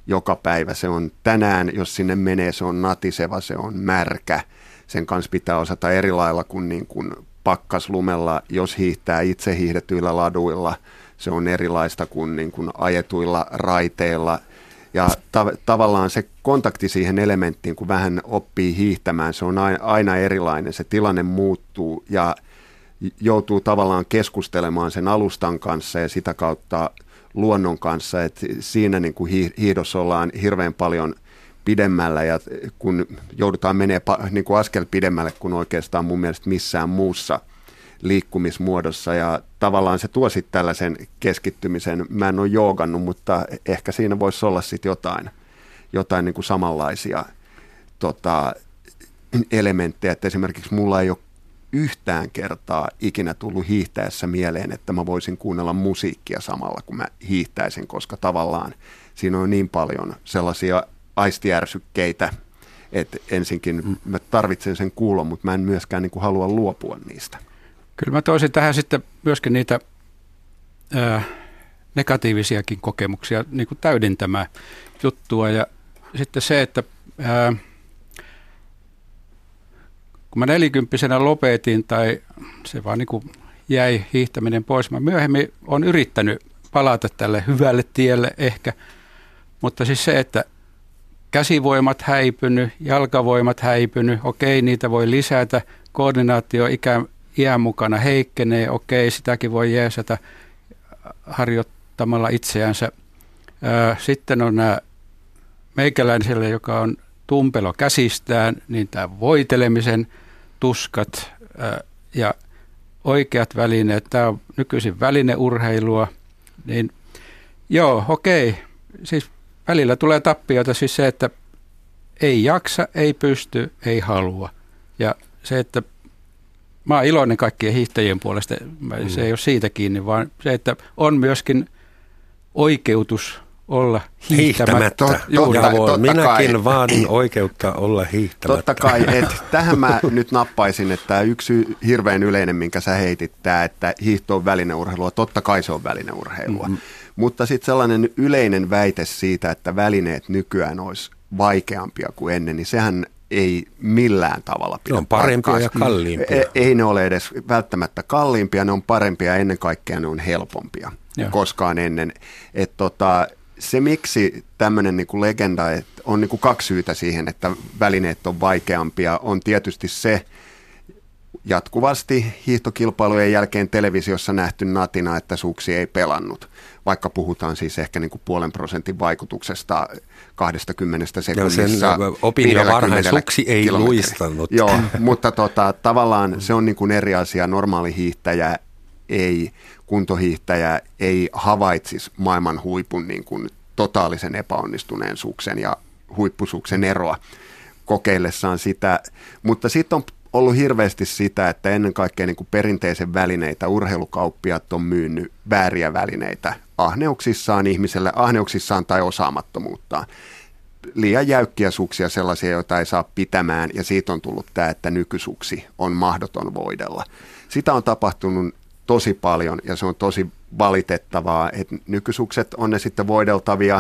joka päivä. Se on tänään, jos sinne menee, se on natiseva, se on märkä. Sen kanssa pitää osata eri lailla kuin, niin kuin pakkaslumella, jos hiihtää itse hiihdetyillä laduilla. Se on erilaista kuin, niin kuin ajetuilla raiteilla. Ja ta- tavallaan se kontakti siihen elementtiin, kun vähän oppii hiihtämään, se on aina erilainen. Se tilanne muuttuu ja joutuu tavallaan keskustelemaan sen alustan kanssa ja sitä kautta luonnon kanssa. Et siinä niin kuin hiihdossa ollaan hirveän paljon pidemmällä ja kun joudutaan menemään niin kuin askel pidemmälle kuin oikeastaan mun mielestä missään muussa liikkumismuodossa ja tavallaan se tuo sitten tällaisen keskittymisen. Mä en ole joogannut, mutta ehkä siinä voisi olla sitten jotain, jotain niin kuin samanlaisia tota, elementtejä, että esimerkiksi mulla ei ole yhtään kertaa ikinä tullut hiihtäessä mieleen, että mä voisin kuunnella musiikkia samalla kun mä hiihtäisin, koska tavallaan siinä on niin paljon sellaisia aistiärsykkeitä, että ensinkin mä tarvitsen sen kuulon, mutta mä en myöskään niin kuin halua luopua niistä. Kyllä mä toisin tähän sitten myöskin niitä ää, negatiivisiakin kokemuksia niin kuin täydentämään juttua. Ja sitten se, että ää, kun mä nelikymppisenä lopetin tai se vaan niin kuin jäi hiihtäminen pois, mä myöhemmin olen yrittänyt palata tälle hyvälle tielle ehkä, mutta siis se, että käsivoimat häipynyt, jalkavoimat häipynyt, okei, niitä voi lisätä, koordinaatio ikä iän mukana heikkenee, okei, sitäkin voi jeesata harjoittamalla itseänsä. Sitten on nämä meikäläiselle, joka on tumpelo käsistään, niin tämä voitelemisen tuskat ja oikeat välineet, tämä on nykyisin välineurheilua, niin joo, okei, siis välillä tulee tappioita, siis se, että ei jaksa, ei pysty, ei halua. Ja se, että mä oon iloinen kaikkien hiihtäjien puolesta, se ei ole siitä kiinni, vaan se, että on myöskin oikeutus olla hiihtämättä. hiihtämättä. Totta, totta minäkin kai. Vaadin oikeutta olla hiihtämättä. Totta kai, että tähän mä nyt nappaisin, että yksi hirveän yleinen, minkä sä heitit, tämä, että hiihto on välineurheilua, totta kai se on välineurheilua. Mm-hmm. Mutta sitten sellainen yleinen väite siitä, että välineet nykyään olisi vaikeampia kuin ennen, niin sehän ei millään tavalla pidä. Ne on parempia paikkaansa. Ja kalliimpia. Ei, ei ne ole edes välttämättä kalliimpia, ne on parempia ja ennen kaikkea ne on helpompia Joo. koskaan ennen. Et tota, se miksi tämmöinen niinku legenda, että on niinku kaksi syytä siihen, että välineet on vaikeampia, on tietysti se jatkuvasti hiihtokilpailujen jälkeen televisiossa nähty natina, että suksi ei pelannut. Vaikka puhutaan siis ehkä niin kuin puolen prosentin vaikutuksesta kaksikymmentä sekunnissa. Ja sen opin jo varhain, suksi ei luistanut. Joo, mutta tota, tavallaan se on niin kuin eri asia. Normaali hiihtäjä ei, kuntohiihtäjä ei havaitsisi maailman huipun niin kuin totaalisen epäonnistuneen suksen ja huippusuksen eroa kokeillessaan sitä. Mutta sitten on ollut hirveästi sitä, että ennen kaikkea niin kuin perinteisen välineitä urheilukauppiaat on myynyt vääriä välineitä ahneuksissaan ihmiselle, ahneuksissaan tai osaamattomuuttaan. Liian jäykkiä suksia, sellaisia, joita ei saa pitämään, ja siitä on tullut tämä, että nykysuksi on mahdoton voidella. Sitä on tapahtunut tosi paljon, ja se on tosi valitettavaa, että nykysukset on ne sitten voideltavia,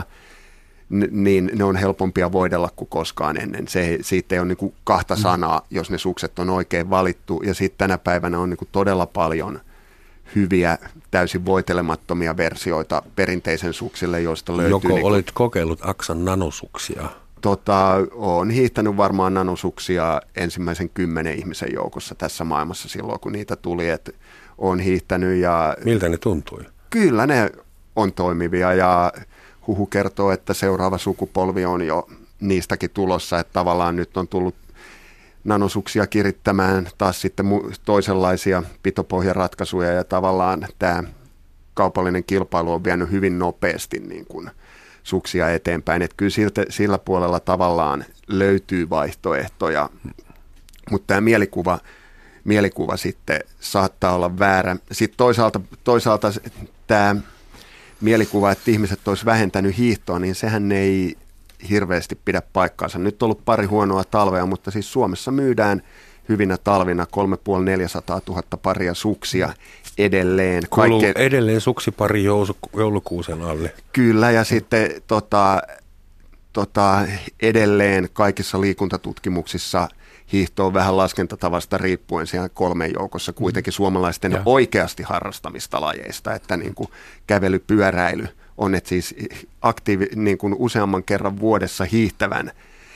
niin ne on helpompia voidella kuin koskaan ennen. Se, siitä ei ole niin kuin kahta sanaa, jos ne sukset on oikein valittu. Ja sitten tänä päivänä on niin kuin todella paljon hyviä, täysin voitelemattomia versioita perinteisen suksille, joista löytyy... Joko niin kuin, olet kokeillut Aksan nanosuksia? Tota, olen hiihtänyt varmaan nanosuksia ensimmäisen kymmenen ihmisen joukossa tässä maailmassa silloin, kun niitä tuli. Et olen hiihtänyt ja... Miltä ne tuntui? Kyllä ne on toimivia ja... Huhu kertoo, että seuraava sukupolvi on jo niistäkin tulossa, että tavallaan nyt on tullut nanosuksia kirittämään taas sitten toisenlaisia pitopohjaratkaisuja ja tavallaan tämä kaupallinen kilpailu on vienyt hyvin nopeasti niin kuin suksia eteenpäin. Että kyllä siltä, sillä puolella tavallaan löytyy vaihtoehtoja, mutta tämä mielikuva, mielikuva sitten saattaa olla väärä. Sitten toisaalta, toisaalta tämä... mielikuva, että ihmiset olisi vähentänyt hiihtoa, niin sehän ei hirveästi pidä paikkaansa. Nyt on ollut pari huonoa talvea, mutta siis Suomessa myydään hyvinä talvina kolme tuhatta neljäsataa tuhatta paria suksia edelleen. Kuuluu Kaikke... edelleen suksipari joulukuusen alle. Kyllä, ja sitten tota, tota, edelleen kaikissa liikuntatutkimuksissa hiihto on vähän laskentatavasta riippuen siellä kolmen joukossa kuitenkin suomalaisten ja. oikeasti harrastamista lajeista, että niin kuin kävely, pyöräily on, että siis aktiivi, niin kuin useamman kerran vuodessa hiihtävän,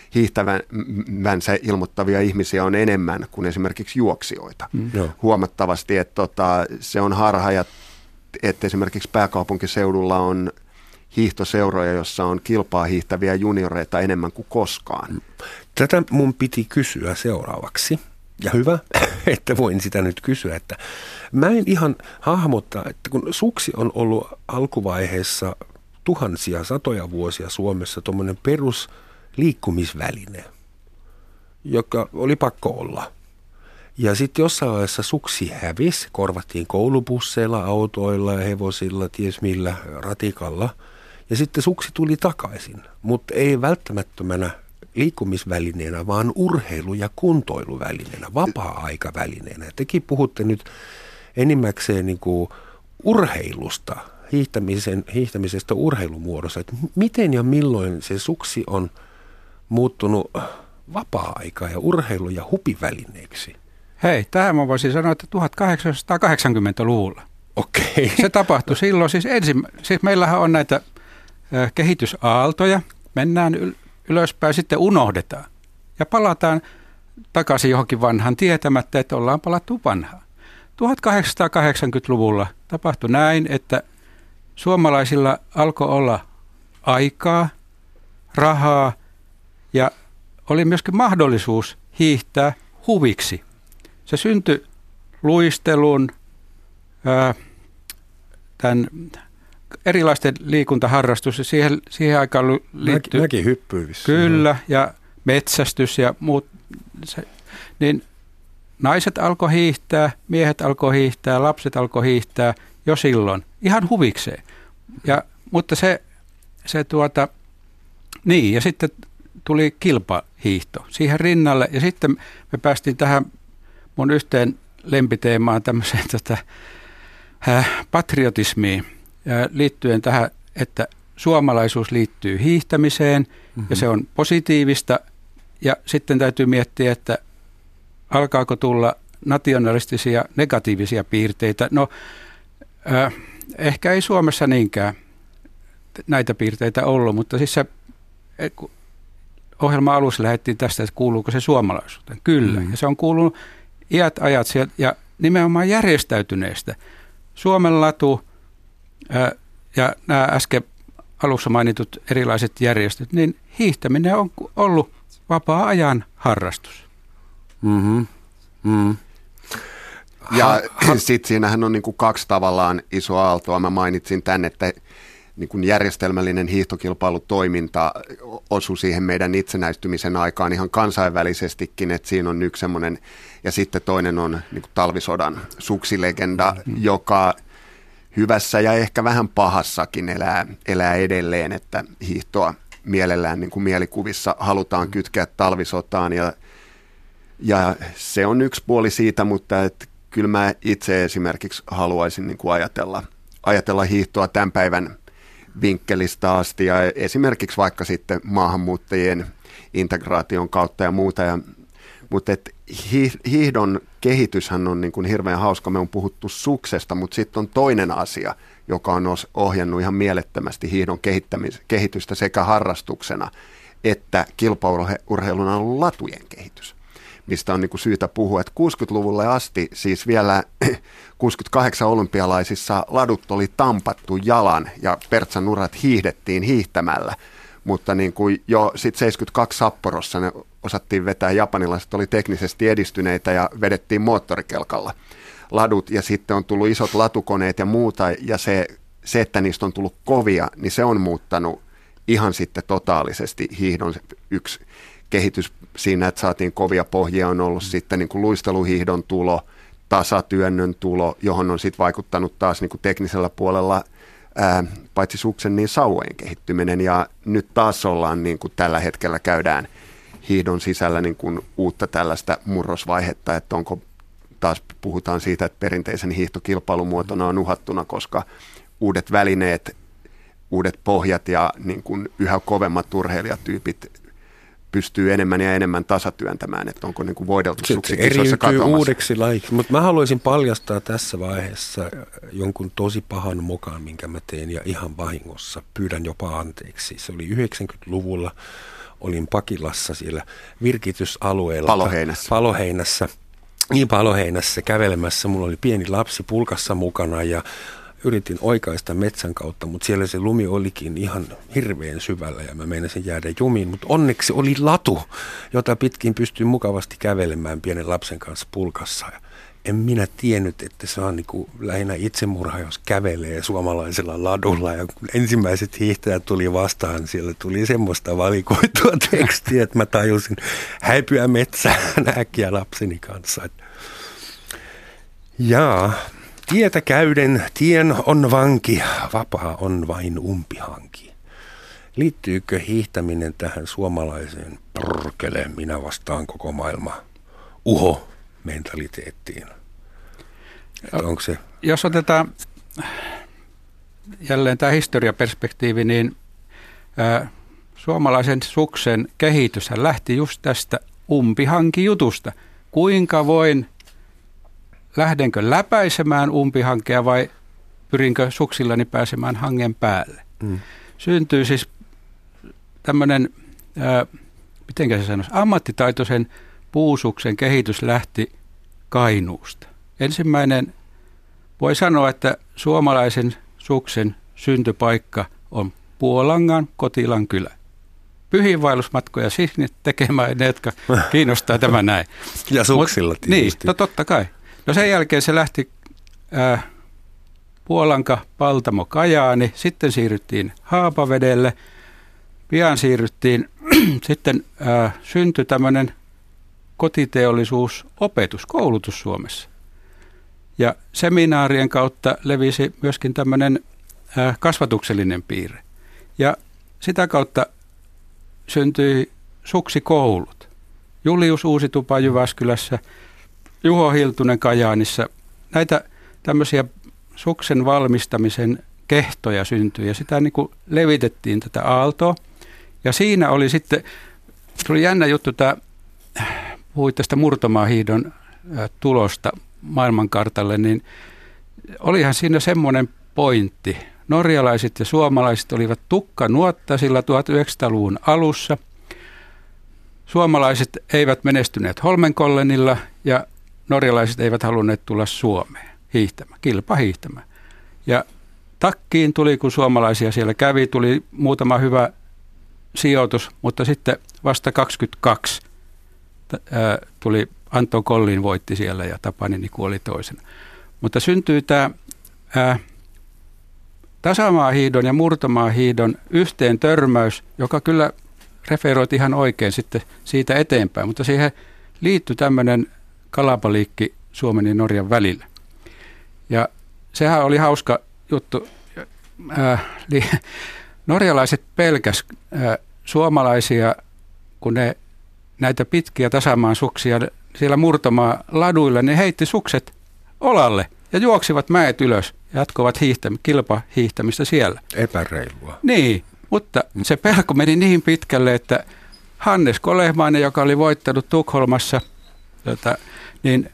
hiihtävänsä ilmoittavia ihmisiä on enemmän kuin esimerkiksi juoksijoita. Mm. Huomattavasti, että tota, se on harha, ja että esimerkiksi pääkaupunkiseudulla on hiihtoseuroja, jossa on kilpaa hiihtäviä junioreita enemmän kuin koskaan. Tätä mun piti kysyä seuraavaksi. Ja hyvä, että voin sitä nyt kysyä, että mä en ihan hahmottaa, että kun suksi on ollut alkuvaiheessa tuhansia, satoja vuosia Suomessa tuommoinen perusliikkumisväline, joka oli pakko olla. Ja sitten jossain vaiheessa suksi hävisi, korvattiin koulubusseilla, autoilla ja hevosilla, ties millä ratikalla. Ja sitten suksi tuli takaisin, mutta ei välttämättömänä liikkumisvälineenä, vaan urheilu- ja kuntoiluvälineenä, vapaa-aikavälineenä. Tekin puhutte nyt enimmäkseen niin kuin urheilusta, hiihtämisen, hiihtämisestä urheilumuodossa. Että miten ja milloin se suksi on muuttunut vapaa-aika- ja urheilu- ja hupivälineeksi? Hei, tähän mä voisin sanoa, että tuhatkahdeksansataakahdeksankymmentäluvulla. Okei. Se tapahtui silloin. Siis, ensimmä, siis meillähän on näitä äh, kehitysaaltoja. Mennään yl- ylöspäin, sitten unohdetaan. Ja palataan takaisin johonkin vanhaan tietämättä, että ollaan palattu vanhaan. tuhatkahdeksansataakahdeksankymmentäluvulla tapahtui näin, että suomalaisilla alkoi olla aikaa, rahaa ja oli myöskin mahdollisuus hiihtää huviksi. Se syntyi luistelun, ää, tämän erilaisten liikuntaharrastus ja siihen, siihen aikaan liittyy... Mäkin hyppyys. Kyllä, ja metsästys ja muut. Se, niin naiset alkoi hiihtää, miehet alkoi hiihtää, lapset alkoi hiihtää jo silloin, ihan huvikseen. Ja, mutta se, se tuota, niin, ja sitten tuli kilpahiihto siihen rinnalle, ja sitten me päästiin tähän mun yhteen lempiteemaan tämmöiseen tota, äh, patriotismiin äh, liittyen tähän, että suomalaisuus liittyy hiihtämiseen, mm-hmm. ja se on positiivista, ja sitten täytyy miettiä, että alkaako tulla nationalistisia negatiivisia piirteitä. No, äh, ehkä ei Suomessa niinkään näitä piirteitä ollut, mutta siis se ohjelman alussa lähdettiin tästä, että kuuluuko se suomalaisuuteen. Kyllä, mm. ja se on kuulunut iät ajat sieltä, ja nimenomaan järjestäytyneestä. Suomen latu ää, ja nämä äsken alussa mainitut erilaiset järjestöt, niin hiihtäminen on ollut vapaa-ajan harrastus. Mm-hmm. Mm. Ja sitten siinähän on niinku kaksi tavallaan isoa aaltoa. Mä mainitsin tämän, että niinku järjestelmällinen hiihtokilpailutoiminta osui siihen meidän itsenäistymisen aikaan ihan kansainvälisestikin, että siinä on yksi semmoinen, ja sitten toinen on niinku talvisodan suksilegenda, mm-hmm. joka hyvässä ja ehkä vähän pahassakin elää, elää edelleen, että hiihtoa mielellään niin kuin mielikuvissa halutaan kytkeä talvisotaan, ja, ja se on yksi puoli siitä, mutta et kyllä mä itse esimerkiksi haluaisin niin kuin ajatella, ajatella hiihtoa tämän päivän vinkkelistä asti, ja esimerkiksi vaikka sitten maahanmuuttajien integraation kautta ja muuta, ja, mutta et hiihdon kehityshän on niin kuin hirveän hauska. Me on puhuttu suksesta, mutta sitten on toinen asia, joka on ohjannut ihan mielettömästi hiihdon kehitystä sekä harrastuksena että kilpaurheiluna on ollut latujen kehitys, mistä on niin kuin syytä puhua. Että kuusikymmentäluvulle asti, siis vielä kuusikymmentäkahdeksan olympialaisissa ladut oli tampattu jalan ja pertsanurat hiihdettiin hiihtämällä, mutta niin kuin jo sitten seitsemänkymmentäkaksi Sapporossa ne osattiin vetää, japanilaiset oli teknisesti edistyneitä ja vedettiin moottorikelkalla ladut, ja sitten on tullut isot latukoneet ja muuta, ja se, se, että niistä on tullut kovia, niin se on muuttanut ihan sitten totaalisesti hiihdon yksi kehitys siinä, että saatiin kovia pohjia, on ollut mm. sitten niin kuin luisteluhiihdon tulo, tasatyönnön tulo, johon on sitten vaikuttanut taas niin kuin teknisellä puolella ää, paitsi suksen, niin sauvojen kehittyminen, ja nyt taas ollaan niin kuin tällä hetkellä käydään hiihdon sisällä niin kuin uutta tällaista murrosvaihetta, että onko taas puhutaan siitä, että perinteisen hiihtokilpailumuotona on uhattuna, koska uudet välineet uudet pohjat ja niin kuin yhä kovemmat urheilijatyypit pystyy enemmän ja enemmän tasatyöntämään, että onko niin kuin voideltu suksikisoissa katoamassa. Uudeksi lajiksi, mutta mä haluaisin paljastaa tässä vaiheessa jonkun tosi pahan mokan, minkä mä teen ja ihan vahingossa. Pyydän jopa anteeksi. Se oli yhdeksänkymmentäluvulla, olin Pakilassa siellä virkitysalueella. Paloheinässä. Paloheinässä. Niin Paloheinässä kävelemässä. Mulla oli pieni lapsi pulkassa mukana ja yritin oikaista metsän kautta, mutta siellä se lumi olikin ihan hirveän syvällä ja mä meinasin jäädä jumiin, mutta onneksi oli latu, jota pitkin pystyin mukavasti kävelemään pienen lapsen kanssa pulkassa. En minä tiennyt, että se on niin kuin lähinnä itsemurha, jos kävelee suomalaisella ladulla. Ja kun ensimmäiset hiihtäjät tuli vastaan, siellä tuli semmoista valikoitua tekstiä, että mä tajusin häipyä metsään äkkiä lapseni kanssa. Jaa. Tietä käyden, tien on vanki, vapaa on vain umpihanki. Liittyykö hiihtäminen tähän suomalaiseen prrkele, minä vastaan koko maailma, uho-mentaliteettiin? Onko se? Jos otetaan jälleen tämä historiaperspektiivi, niin ää, suomalaisen suksen kehityshän lähti just tästä umpihankijutusta. Kuinka voin... Lähdenkö läpäisemään umpihankea vai pyrinkö suksillani pääsemään hangen päälle? Mm. Syntyy siis tämmöinen, mitenkä se sanoisi, ammattitaitoisen puusuksen kehitys lähti Kainuusta. Ensimmäinen voi sanoa, että suomalaisen suksen syntypaikka on Puolangan Kotilan kylä. Pyhiinvaellusmatkoja sinne tekemään ne, jotka kiinnostaa tämä näin. Ja suksilla tietysti. Niin, no totta kai. No sen jälkeen se lähti äh, Puolanka, Paltamo, Kajaani, sitten siirryttiin Haapavedelle, pian siirryttiin, sitten äh, syntyi tämmöinen kotiteollisuus, opetus, koulutus Suomessa. Ja seminaarien kautta levisi myöskin tämmöinen äh, kasvatuksellinen piirre. Ja sitä kautta syntyi suksikoulut. Julius Uusitupa Jyväskylässä, Juho Hiltunen Kajaanissa. Näitä tämmöisiä suksen valmistamisen kehtoja syntyi ja sitä niin kuin levitettiin tätä aaltoa. Ja siinä oli sitten, tuli jännä juttu, tämä, puhuit tästä murtomaahiidon tulosta maailmankartalle, niin olihan siinä semmoinen pointti. Norjalaiset ja suomalaiset olivat tukkanuottasilla tuhatyhdeksänsataaluvun alussa. Suomalaiset eivät menestyneet Holmenkollenilla ja norjalaiset eivät halunneet tulla Suomeen hiihtämään, kilpahiihtämään. Ja takkiin tuli, kun suomalaisia siellä kävi, tuli muutama hyvä sijoitus, mutta sitten vasta kaksikymmentäkaksi ää, tuli Anton Kollin voitti siellä ja Tapanini kuoli toisena. Mutta syntyi tämä ää, tasamaahiidon ja murtomaahiidon yhteen törmäys, joka kyllä referoit ihan oikein sitten siitä eteenpäin, mutta siihen liittyi tämmöinen kalapaliikki Suomen ja Norjan välillä. Ja sehän oli hauska juttu. Äh, li, norjalaiset pelkäs äh, suomalaisia, kun ne näitä pitkiä tasamaan suksia siellä murtomaa laduilla, ne heitti sukset olalle ja juoksivat mäet ylös ja jatkoivat hiihtäm- kilpahiihtämistä siellä. Epäreilua. Niin, mutta se pelko meni niin pitkälle, että Hannes Kolehmainen, joka oli voittanut Tukholmassa, tota, niin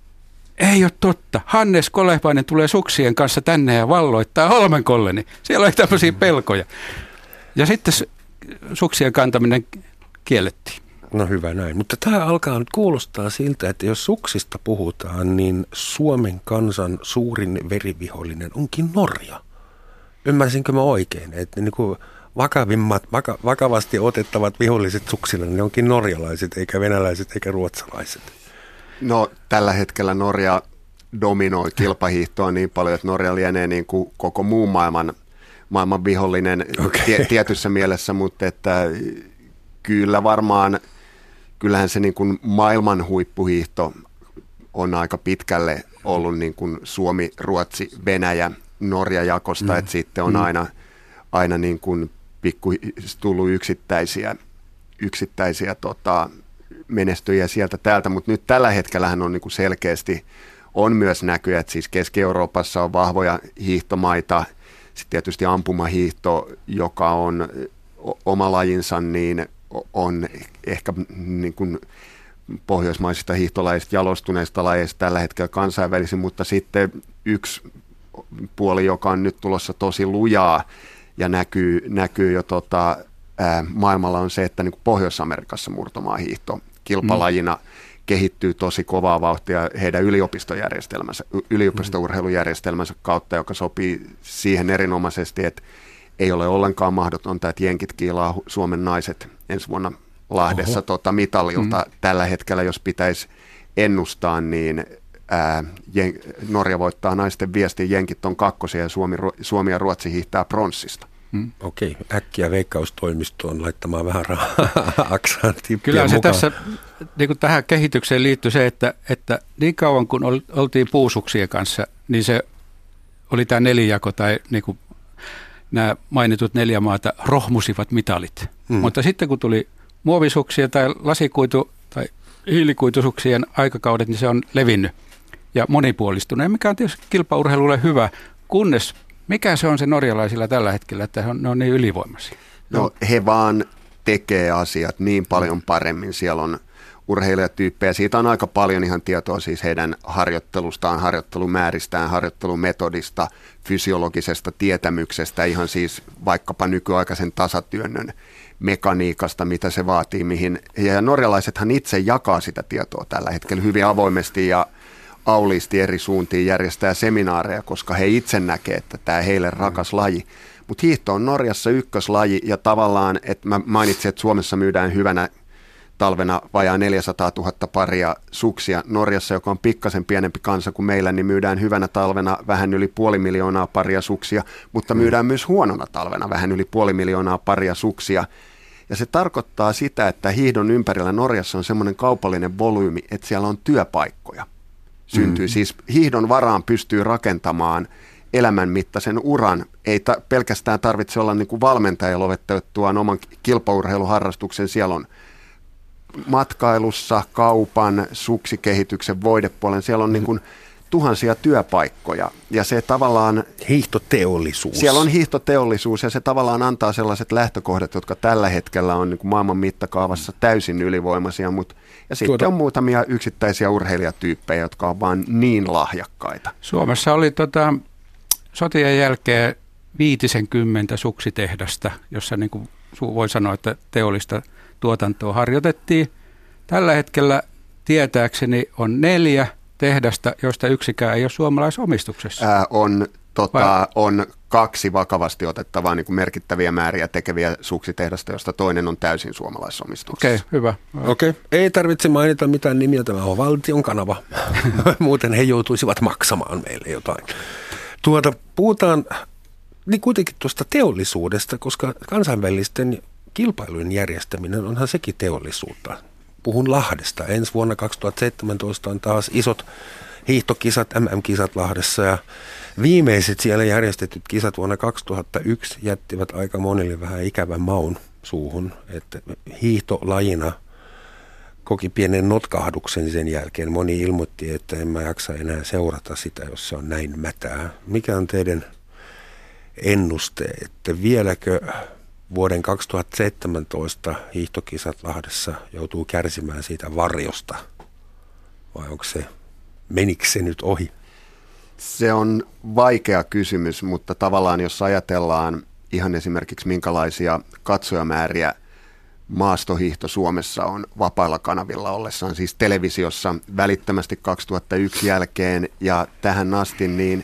ei ole totta. Hannes Kolehmainen tulee suksien kanssa tänne ja valloittaa Holmenkolleni. Siellä oli tämmöisiä pelkoja. Ja sitten suksien kantaminen kiellettiin. No hyvä näin. Mutta tämä alkaa nyt kuulostaa siltä, että jos suksista puhutaan, niin Suomen kansan suurin verivihollinen onkin Norja. Ymmärsinkö mä oikein, että niin kuin vakavimmat, vaka, vakavasti otettavat viholliset suksilla, ne onkin norjalaiset, eikä venäläiset, eikä ruotsalaiset? No tällä hetkellä Norja dominoi kilpahiihtoa niin paljon, että Norja lienee niin kuin koko muun maailman, maailman vihollinen okay. tie, tietyssä mielessä, mutta että kyllä varmaan, kyllähän se niin kuin maailman huippuhiihto on aika pitkälle ollut niin kuin Suomi, Ruotsi, Venäjä, Norja jakosta, mm. että sitten on mm. aina, aina niin kuin pikku tullut yksittäisiä, yksittäisiä tota, menestyjiä sieltä täältä, mutta nyt tällä hetkellähän on niin kuin selkeästi on myös näkyä, että siis Keski-Euroopassa on vahvoja hiihtomaita, Sitten tietysti ampumahiihto, joka on oma lajinsa, niin on ehkä niin kuin pohjoismaisista hiihtolajeista, jalostuneista lajeista tällä hetkellä kansainvälisin, mutta sitten yksi puoli, joka on nyt tulossa tosi lujaa ja näkyy, näkyy jo tota, ää, maailmalla on se, että niin kuin Pohjois-Amerikassa murtomaahiihto kilpalajina mm. kehittyy tosi kovaa vauhtia heidän yliopistojärjestelmänsä, yliopistourheilujärjestelmänsä kautta, joka sopii siihen erinomaisesti, että ei ole ollenkaan mahdotonta, että jenkit kiilaa Suomen naiset ensi vuonna Lahdessa tota, mitalilta. Mm. Tällä hetkellä, jos pitäisi ennustaa, niin ää, jen, Norja voittaa naisten viestin, jenkit on kakkosia ja Suomi, Suomi ja Ruotsi hiihtää pronssista. Mm. Okei, äkkiä veikkaustoimistoon laittamaan vähän rahaa aksaan tippien Kyllä se mukaan. tässä niin kuin tähän kehitykseen liittyy se, että, että niin kauan kun oltiin puusuksien kanssa, niin se oli tämä nelijako tai niin kuin nämä mainitut neljä maata rohmusivat mitalit. Mm. Mutta sitten kun tuli muovisuksia tai lasikuitu- tai hiilikuitusuksien aikakaudet, niin se on levinnyt ja monipuolistunut, mikä on tietysti kilpaurheilulle hyvä, kunnes mikä se on se norjalaisilla tällä hetkellä, että he on, ne on niin ylivoimaisia? No he vaan tekee asiat niin paljon paremmin. Siellä on urheilijatyyppejä. Siitä on aika paljon ihan tietoa siis heidän harjoittelustaan, harjoittelumääristään, harjoittelumetodista, fysiologisesta tietämyksestä, ihan siis vaikkapa nykyaikaisen tasatyönnön mekaniikasta, mitä se vaatii, mihin. Ja norjalaisethan itse jakaa sitä tietoa tällä hetkellä hyvin avoimesti ja auliisti eri suuntiin järjestää seminaareja, koska he itse näkee, että tämä heille rakas mm. laji. Mutta hiihto on Norjassa ykköslaji ja tavallaan, että mä mainitsin, että Suomessa myydään hyvänä talvena vajaa neljäsataatuhatta paria suksia. Norjassa, joka on pikkasen pienempi kansa kuin meillä, niin myydään hyvänä talvena vähän yli puoli miljoonaa paria suksia, mutta myydään myös huonona talvena vähän yli puoli miljoonaa paria suksia. Ja se tarkoittaa sitä, että hiihdon ympärillä Norjassa on semmoinen kaupallinen volyymi, että siellä on työpaikkoja. Syntyy. Mm. Siis hiihdon varaan pystyy rakentamaan elämänmittaisen uran. Ei ta- pelkästään tarvitse olla niin kuin valmentaja lovettettuaan oman kilpaurheiluharrastuksen. Siellä on matkailussa, kaupan, suksikehityksen, voidepuolen. Siellä on niin kuin tuhansia työpaikkoja. Ja se tavallaan... Hiihtoteollisuus. Siellä on hiihtoteollisuus ja se tavallaan antaa sellaiset lähtökohdat, jotka tällä hetkellä on niin kuin maailman mittakaavassa täysin ylivoimaisia. Mutta ja sitten tuota... on muutamia yksittäisiä urheilijatyyppejä, jotka on vaan niin lahjakkaita. Suomessa oli tota, sotien jälkeen viitisenkymmentä suksitehdasta, jossa niin kuin voi sanoa, että teollista tuotantoa harjoitettiin. Tällä hetkellä tietääkseni on neljä tehdasta, joista yksikään ei ole suomalaisomistuksessa. Ää, on, tota, on kaksi vakavasti otettavaa niin kuin merkittäviä määriä tekeviä suksitehdasta, josta toinen on täysin suomalaisomistuksessa. Okei, okay, hyvä. Okei, okay. Ei tarvitse mainita mitään nimiä, tämä on valtion kanava. Muuten he joutuisivat maksamaan meille jotain. Tuota, puhutaan niin kuitenkin tuosta teollisuudesta, koska kansainvälisten kilpailujen järjestäminen onhan sekin teollisuutta. Puhun Lahdesta. Ensi vuonna kaksituhattaseitsemäntoista on taas isot hiihtokisat, M M-kisat Lahdessa ja viimeiset siellä järjestetyt kisat vuonna kaksituhattayksi jättivät aika monille vähän ikävän maun suuhun, että hiihtolajina koki pienen notkahduksen sen jälkeen. Moni ilmoitti, että en mä jaksa enää seurata sitä, jos se on näin mätää. Mikä on teidän ennuste, että vieläkö vuoden kaksituhattaseitsemäntoista hiihtokisat Lahdessa joutuu kärsimään siitä varjosta? Vai onko se, menikö se nyt ohi? Se on vaikea kysymys, mutta tavallaan jos ajatellaan ihan esimerkiksi minkälaisia katsojamääriä maastohiihto Suomessa on vapailla kanavilla ollessaan, siis televisiossa välittömästi kaksituhattayksi jälkeen ja tähän asti, niin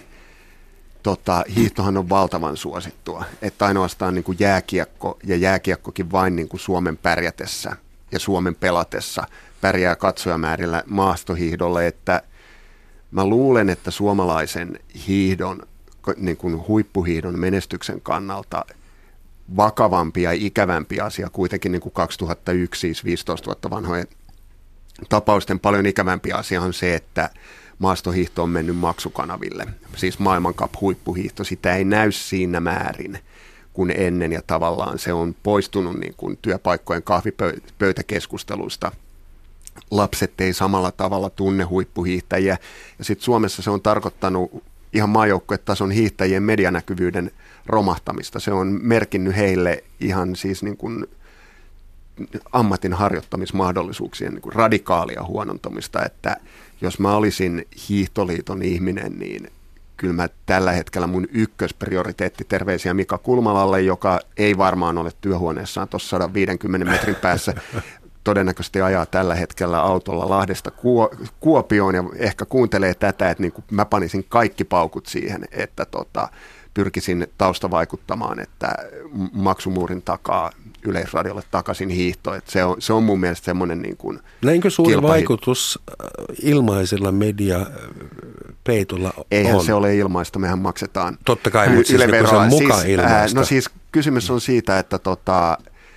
Tota, hiihtohan on valtavan suosittua, että ainoastaan niin kuin jääkiekko ja jääkiekkokin vain niin kuin Suomen pärjätessä ja Suomen pelatessa pärjää katsojamäärillä maastohiihdolle, että mä luulen, että suomalaisen hiihdon, niin kuin huippuhiihdon menestyksen kannalta vakavampi ja ikävämpi asia kuitenkin niin kuin kaksituhattayksi, siis viisitoista vuotta vanhojen tapausten paljon ikävämpi asia on se, että maastohiihto on mennyt maksukanaville, siis maailmancuphuippuhiihto, sitä ei näy siinä määrin kuin ennen ja tavallaan se on poistunut niin kuin työpaikkojen kahvipöytäkeskusteluista. Lapset ei samalla tavalla tunne huippuhiihtäjiä ja sitten Suomessa se on tarkoittanut ihan maajoukkuetason hiihtäjien medianäkyvyyden romahtamista. Se on merkinnyt heille ihan siis niin kuin ammatin harjoittamismahdollisuuksien niin kuin radikaalia huonontamista, että jos mä olisin hiihtoliiton ihminen, niin kyllä mä tällä hetkellä mun ykkösprioriteetti, terveisiä Mika Kulmalalle, joka ei varmaan ole työhuoneessaan tuossa sata viisikymmentä metrin päässä, todennäköisesti ajaa tällä hetkellä autolla Lahdesta Kuopioon ja ehkä kuuntelee tätä, että niin kuin mä panisin kaikki paukut siihen, että tota, pyrkisin taustavaikuttamaan, että maksumuurin takaa Yleisradiolle takaisin hiihto. Että se, on, se on mun mielestä semmoinen niin kuin näinkö suuri kilpahi- vaikutus ilmaisella mediapeitolla on? Eihän se ole ilmaista, mehän maksetaan totta kai, mutta siis kun se on muka siis, ilmaista. No siis kysymys on siitä, että tota,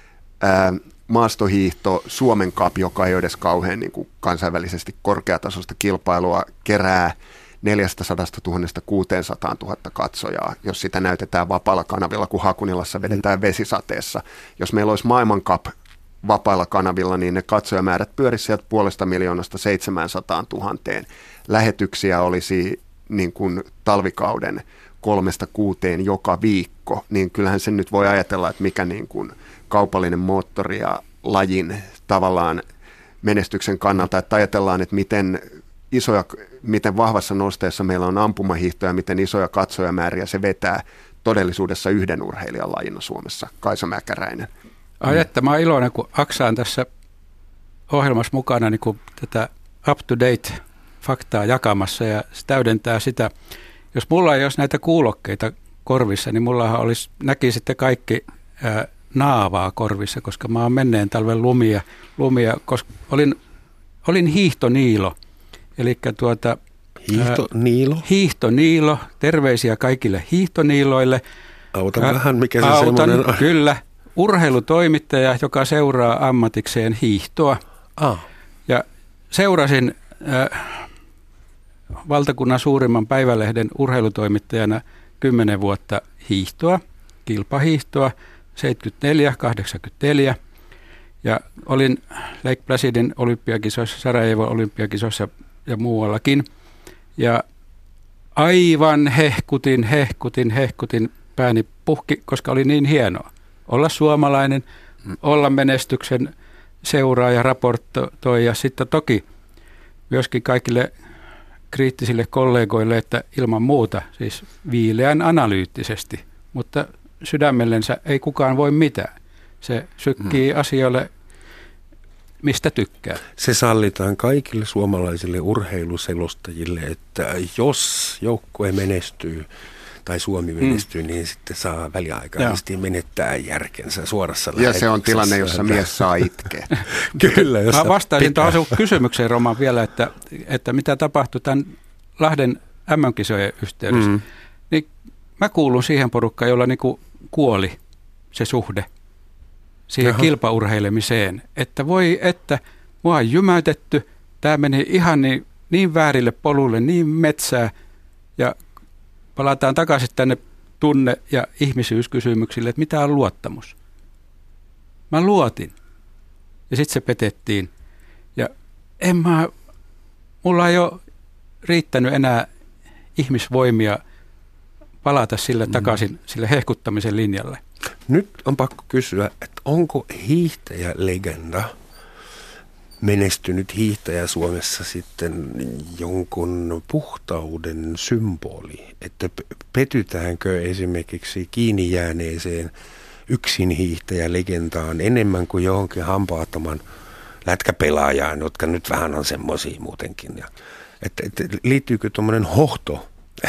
ää, maastohiihto, Suomen Cup, joka ei ole edes kauhean niin kuin kansainvälisesti korkeatasoista kilpailua, kerää neljästäsadastatuhannesta kuuteensataantuhatta katsojaa, jos sitä näytetään vapaalla kanavilla, kun Hakunilassa vedetään vesisateessa. Jos meillä olisi maailman Cup vapailla kanavilla, niin ne katsojamäärät pyörisivät sieltä puolesta miljoonasta seitsemänsataan tuhanteen. Lähetyksiä olisi niin kuin talvikauden kolmesta kuuteen joka viikko, niin kyllähän sen nyt voi ajatella, että mikä niin kuin kaupallinen moottori ja lajin tavallaan menestyksen kannalta, että ajatellaan, että miten isoja, miten vahvassa nosteessa meillä on ampumahiihtoja, miten isoja katsojamääriä se vetää todellisuudessa yhden urheilijan lajina Suomessa, Kaisa Mäkäräinen. Ai että, mä oon iloinen, kun Aksaan tässä ohjelmassa mukana niin kun tätä up-to-date faktaa jakamassa ja se täydentää sitä. Jos mulla ei olisi näitä kuulokkeita korvissa, niin mullahan olisi, näki sitten kaikki ää, naavaa korvissa, koska mä oon menneen talven lumia, lumia koska olin, olin hiihtoniilo. Eli tuota, hiihtoniilo? Hiihtoniilo, terveisiä kaikille hiihtoniiloille. Auta ää, vähän, mikä se autan, semmoinen on. Kyllä, urheilutoimittaja, joka seuraa ammatikseen hiihtoa. Ah. Ja seurasin äh, valtakunnan suurimman päivälehden urheilutoimittajana kymmenen vuotta hiihtoa, kilpahiihtoa, seitsemänkymmentäneljä kahdeksankymmentäneljä. Ja olin Lake Placidin olympiakisoissa, Sarajevon olympiakisoissa ja muuallakin. Ja aivan hehkutin, hehkutin, hehkutin, pääni puhki, koska oli niin hienoa olla suomalainen, olla menestyksen seuraaja, raportoija. Sitten toki myöskin kaikille kriittisille kollegoille, että ilman muuta, siis viileän analyyttisesti, mutta sydämellensä ei kukaan voi mitään. Se sykkii hmm. asioille, mistä tykkää. Se sallitaan kaikille suomalaisille urheiluselostajille, että jos joukkue menestyy tai Suomi menestyy, hmm. niin sitten saa väliaikaisesti ja. menettää järkensä suorassa lähetyksessä. Ja se on tilanne, jossa mies saa itkeä. Kyllä, jos mä vastaisin tuohon sun kysymykseen, Roman, vielä, että, että mitä tapahtui tämän Lahden äm äm-kisojen yhteydessä. Hmm. Niin mä kuulun siihen porukkaan, jolla niinku kuoli se suhde siihen Jaha. kilpaurheilemiseen, että voi, että mua on jymäytetty, tämä meni ihan niin, niin väärille polulle, niin metsää, ja palataan takaisin tänne tunne- ja ihmisyyskysymyksille, että mitä on luottamus. Mä luotin, ja sitten se petettiin, ja en mä, mulla ei ole riittänyt enää ihmisvoimia palata sille takaisin, sille hehkuttamisen linjalle. Nyt on pakko kysyä, että onko hiihtäjälegenda, menestynyt hiihtäjä Suomessa sitten jonkun puhtauden symboli? Että petytäänkö esimerkiksi kiinni jääneeseen yksin hiihtäjälegendaan enemmän kuin johonkin hampaattoman lätkäpelaajaan, jotka nyt vähän on semmoisia muutenkin. Ja, että, että liittyykö tuommoinen hohto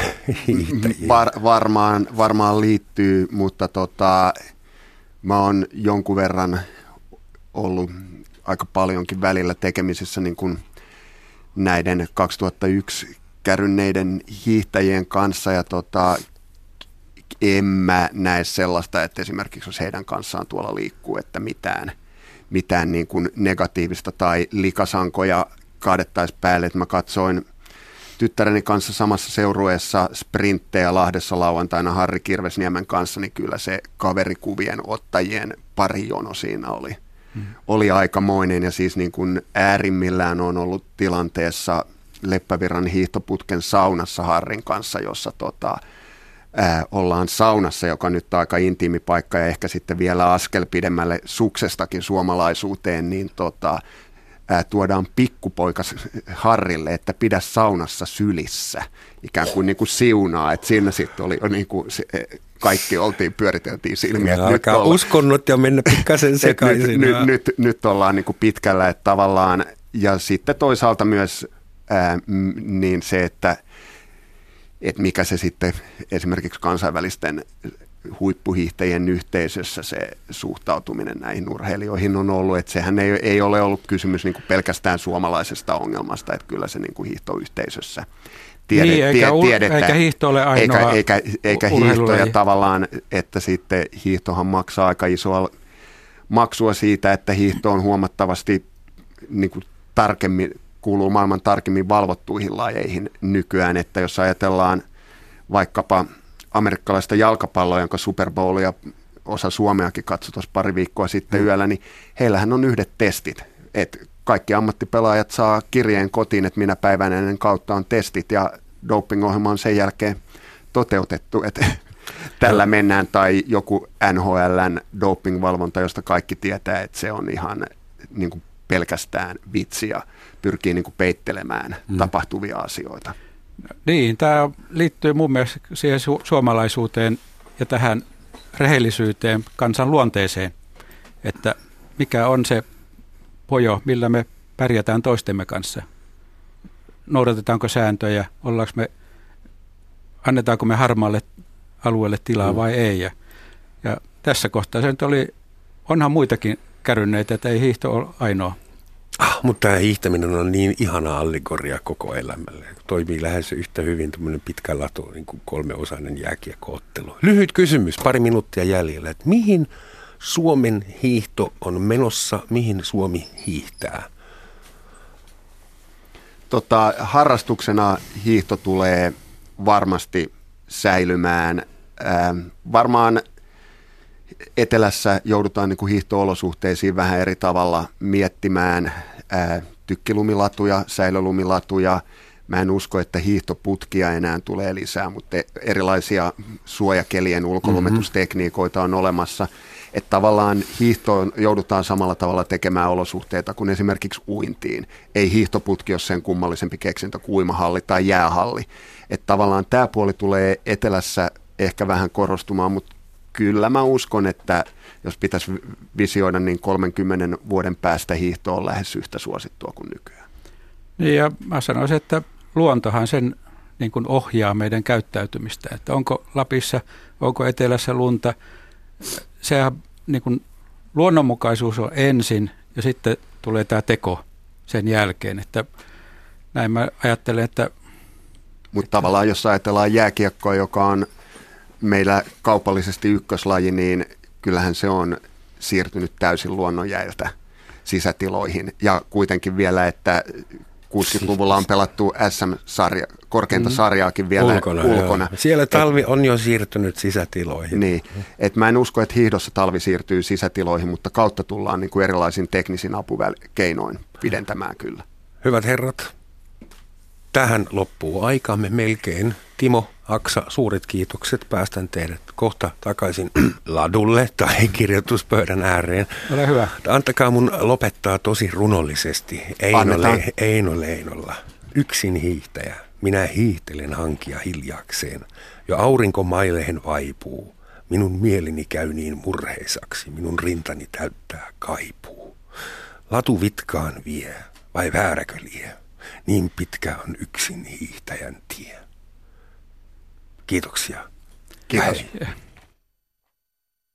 Var, varmaan, varmaan liittyy, mutta tota, mä oon jonkun verran ollut aika paljonkin välillä tekemisissä niin kuin näiden kaksituhattayksi kärynneiden hiihtäjien kanssa ja tota, en mä näe sellaista, että esimerkiksi jos heidän kanssaan tuolla liikkuu, että mitään, mitään niin kuin negatiivista tai likasankoja kaadettaisiin päälle, että mä katsoin tyttäreni kanssa samassa seurueessa sprinttejä Lahdessa lauantaina Harri Kirvesniemen kanssa, niin kyllä se kaverikuvien ottajien parijono siinä oli, hmm. oli aikamoinen. Ja siis niin kuin äärimmillään on ollut tilanteessa Leppävirran hiihtoputken saunassa Harrin kanssa, jossa tota, ää, ollaan saunassa, joka nyt on aika intiimi paikka ja ehkä sitten vielä askel pidemmälle suksestakin suomalaisuuteen, niin tota, ää, tuodaan pikkupoikas Harrille, että pidä saunassa sylissä, ikään kuin, niin kuin siunaa, että siinä sitten oli niin kuin se, kaikki oltiin, pyöriteltiin silmiä. Ja alkaa olla, uskonnot ja mennä pikkasen sekaisin. Nyt, nyt, nyt, nyt ollaan niin kuin pitkällä, että tavallaan, ja sitten toisaalta myös ää, niin se, että, että mikä se sitten esimerkiksi kansainvälisten huippuhiihtäjien yhteisössä se suhtautuminen näihin urheilijoihin on ollut, että sehän ei, ei ole ollut kysymys niin kuin pelkästään suomalaisesta ongelmasta, että kyllä se niin kuin hiihtoyhteisössä Tiede, niin, eikä, tie, tiedetään, eikä hiihto ole ainoa Eikä, eikä, eikä hiihtoja tavallaan, että sitten hiihtohan maksaa aika isoa maksua siitä, että hiihto on huomattavasti niin kuin tarkemmin, kuuluu maailman tarkemmin valvottuihin lajeihin nykyään, että jos ajatellaan vaikkapa amerikkalaista jalkapalloa, jonka Super Bowlia osa Suomeakin katsoi tuossa pari viikkoa sitten mm. yöllä, niin heillähän on yhdet testit, että kaikki ammattipelaajat saa kirjeen kotiin, että minä päivänä ennen kautta on testit ja doping-ohjelma on sen jälkeen toteutettu, että tällä mennään, tai joku N H L:n doping-valvonta, josta kaikki tietää, että se on ihan niin kuin pelkästään vitsi ja pyrkii niin kuin peittelemään mm. tapahtuvia asioita. Niin, tämä liittyy mun mielestä siihen su- suomalaisuuteen ja tähän rehellisyyteen, kansan luonteeseen, että mikä on se pojo, millä me pärjätään toistemme kanssa. Noudatetaanko sääntöjä, ollaanko me, annetaanko me harmaalle alueelle tilaa mm. vai ei. Ja, ja tässä kohtaa se nyt oli, onhan muitakin kärynneitä, että ei hiihto ole ainoa. Ah, mutta tämä hiihtäminen on niin ihana allegoria koko elämälle. Toimii lähes yhtä hyvin tämmöinen pitkä lato, niin kuin kolmeosainen jääkiekkoottelu. Lyhyt kysymys, pari minuuttia jäljellä. Että mihin Suomen hiihto on menossa, mihin Suomi hiihtää? Tota, harrastuksena hiihto tulee varmasti säilymään. Äh, varmaan etelässä joudutaan niin kuin hiihto-olosuhteisiin vähän eri tavalla miettimään ää, tykkilumilatuja, säilölumilatuja. Mä en usko, että hiihtoputkia enää tulee lisää, mutta erilaisia suojakelien ulkolumetustekniikoita on olemassa. Että tavallaan hiihtoon joudutaan samalla tavalla tekemään olosuhteita kuin esimerkiksi uintiin. Ei hiihtoputki ole sen kummallisempi keksintö kuin uimahalli tai jäähalli. Että tavallaan tämä puoli tulee etelässä ehkä vähän korostumaan, mutta kyllä mä uskon, että jos pitäisi visioida, niin kolmenkymmenen vuoden päästä hiihto on lähes yhtä suosittua kuin nykyään. Niin ja mä sanoisin, että luontohan sen niin kuin ohjaa meidän käyttäytymistä. Että onko Lapissa, onko etelässä lunta. Sehän niin kuin luonnonmukaisuus on ensin ja sitten tulee tämä teko sen jälkeen. Että näin mä ajattelen, että... Mutta tavallaan jos ajatellaan jääkiekkoa, joka on meillä kaupallisesti ykköslaji, niin kyllähän se on siirtynyt täysin luonnonjäiltä sisätiloihin. Ja kuitenkin vielä, että kuusikymmentäluvulla on pelattu S M-sarja, korkeinta sarjaakin vielä ulkona. ulkona. Siellä talvi et, on jo siirtynyt sisätiloihin. Niin, että mä en usko, että hiihdossa talvi siirtyy sisätiloihin, mutta kautta tullaan niin kuin erilaisin teknisin apukeinoin pidentämään kyllä. Hyvät herrat, tähän loppuu aikamme melkein. Timo, Aksa, suuret kiitokset. Päästän teidät kohta takaisin ladulle tai kirjoituspöydän ääreen. Ole hyvä. Antakaa mun lopettaa tosi runollisesti. Eino, Le- Eino Leinolla. Yksin hiihtäjä. Minä hiihtelen hankia hiljakseen. Jo aurinko maileen vaipuu. Minun mieleni käy niin murheisaksi. Minun rintani täyttää kaipuu. Latu vitkaan vie, vai vääräkö lie? Niin pitkä on yksin hiihtäjän tie. Kiitoksia. Kiitos. Hei.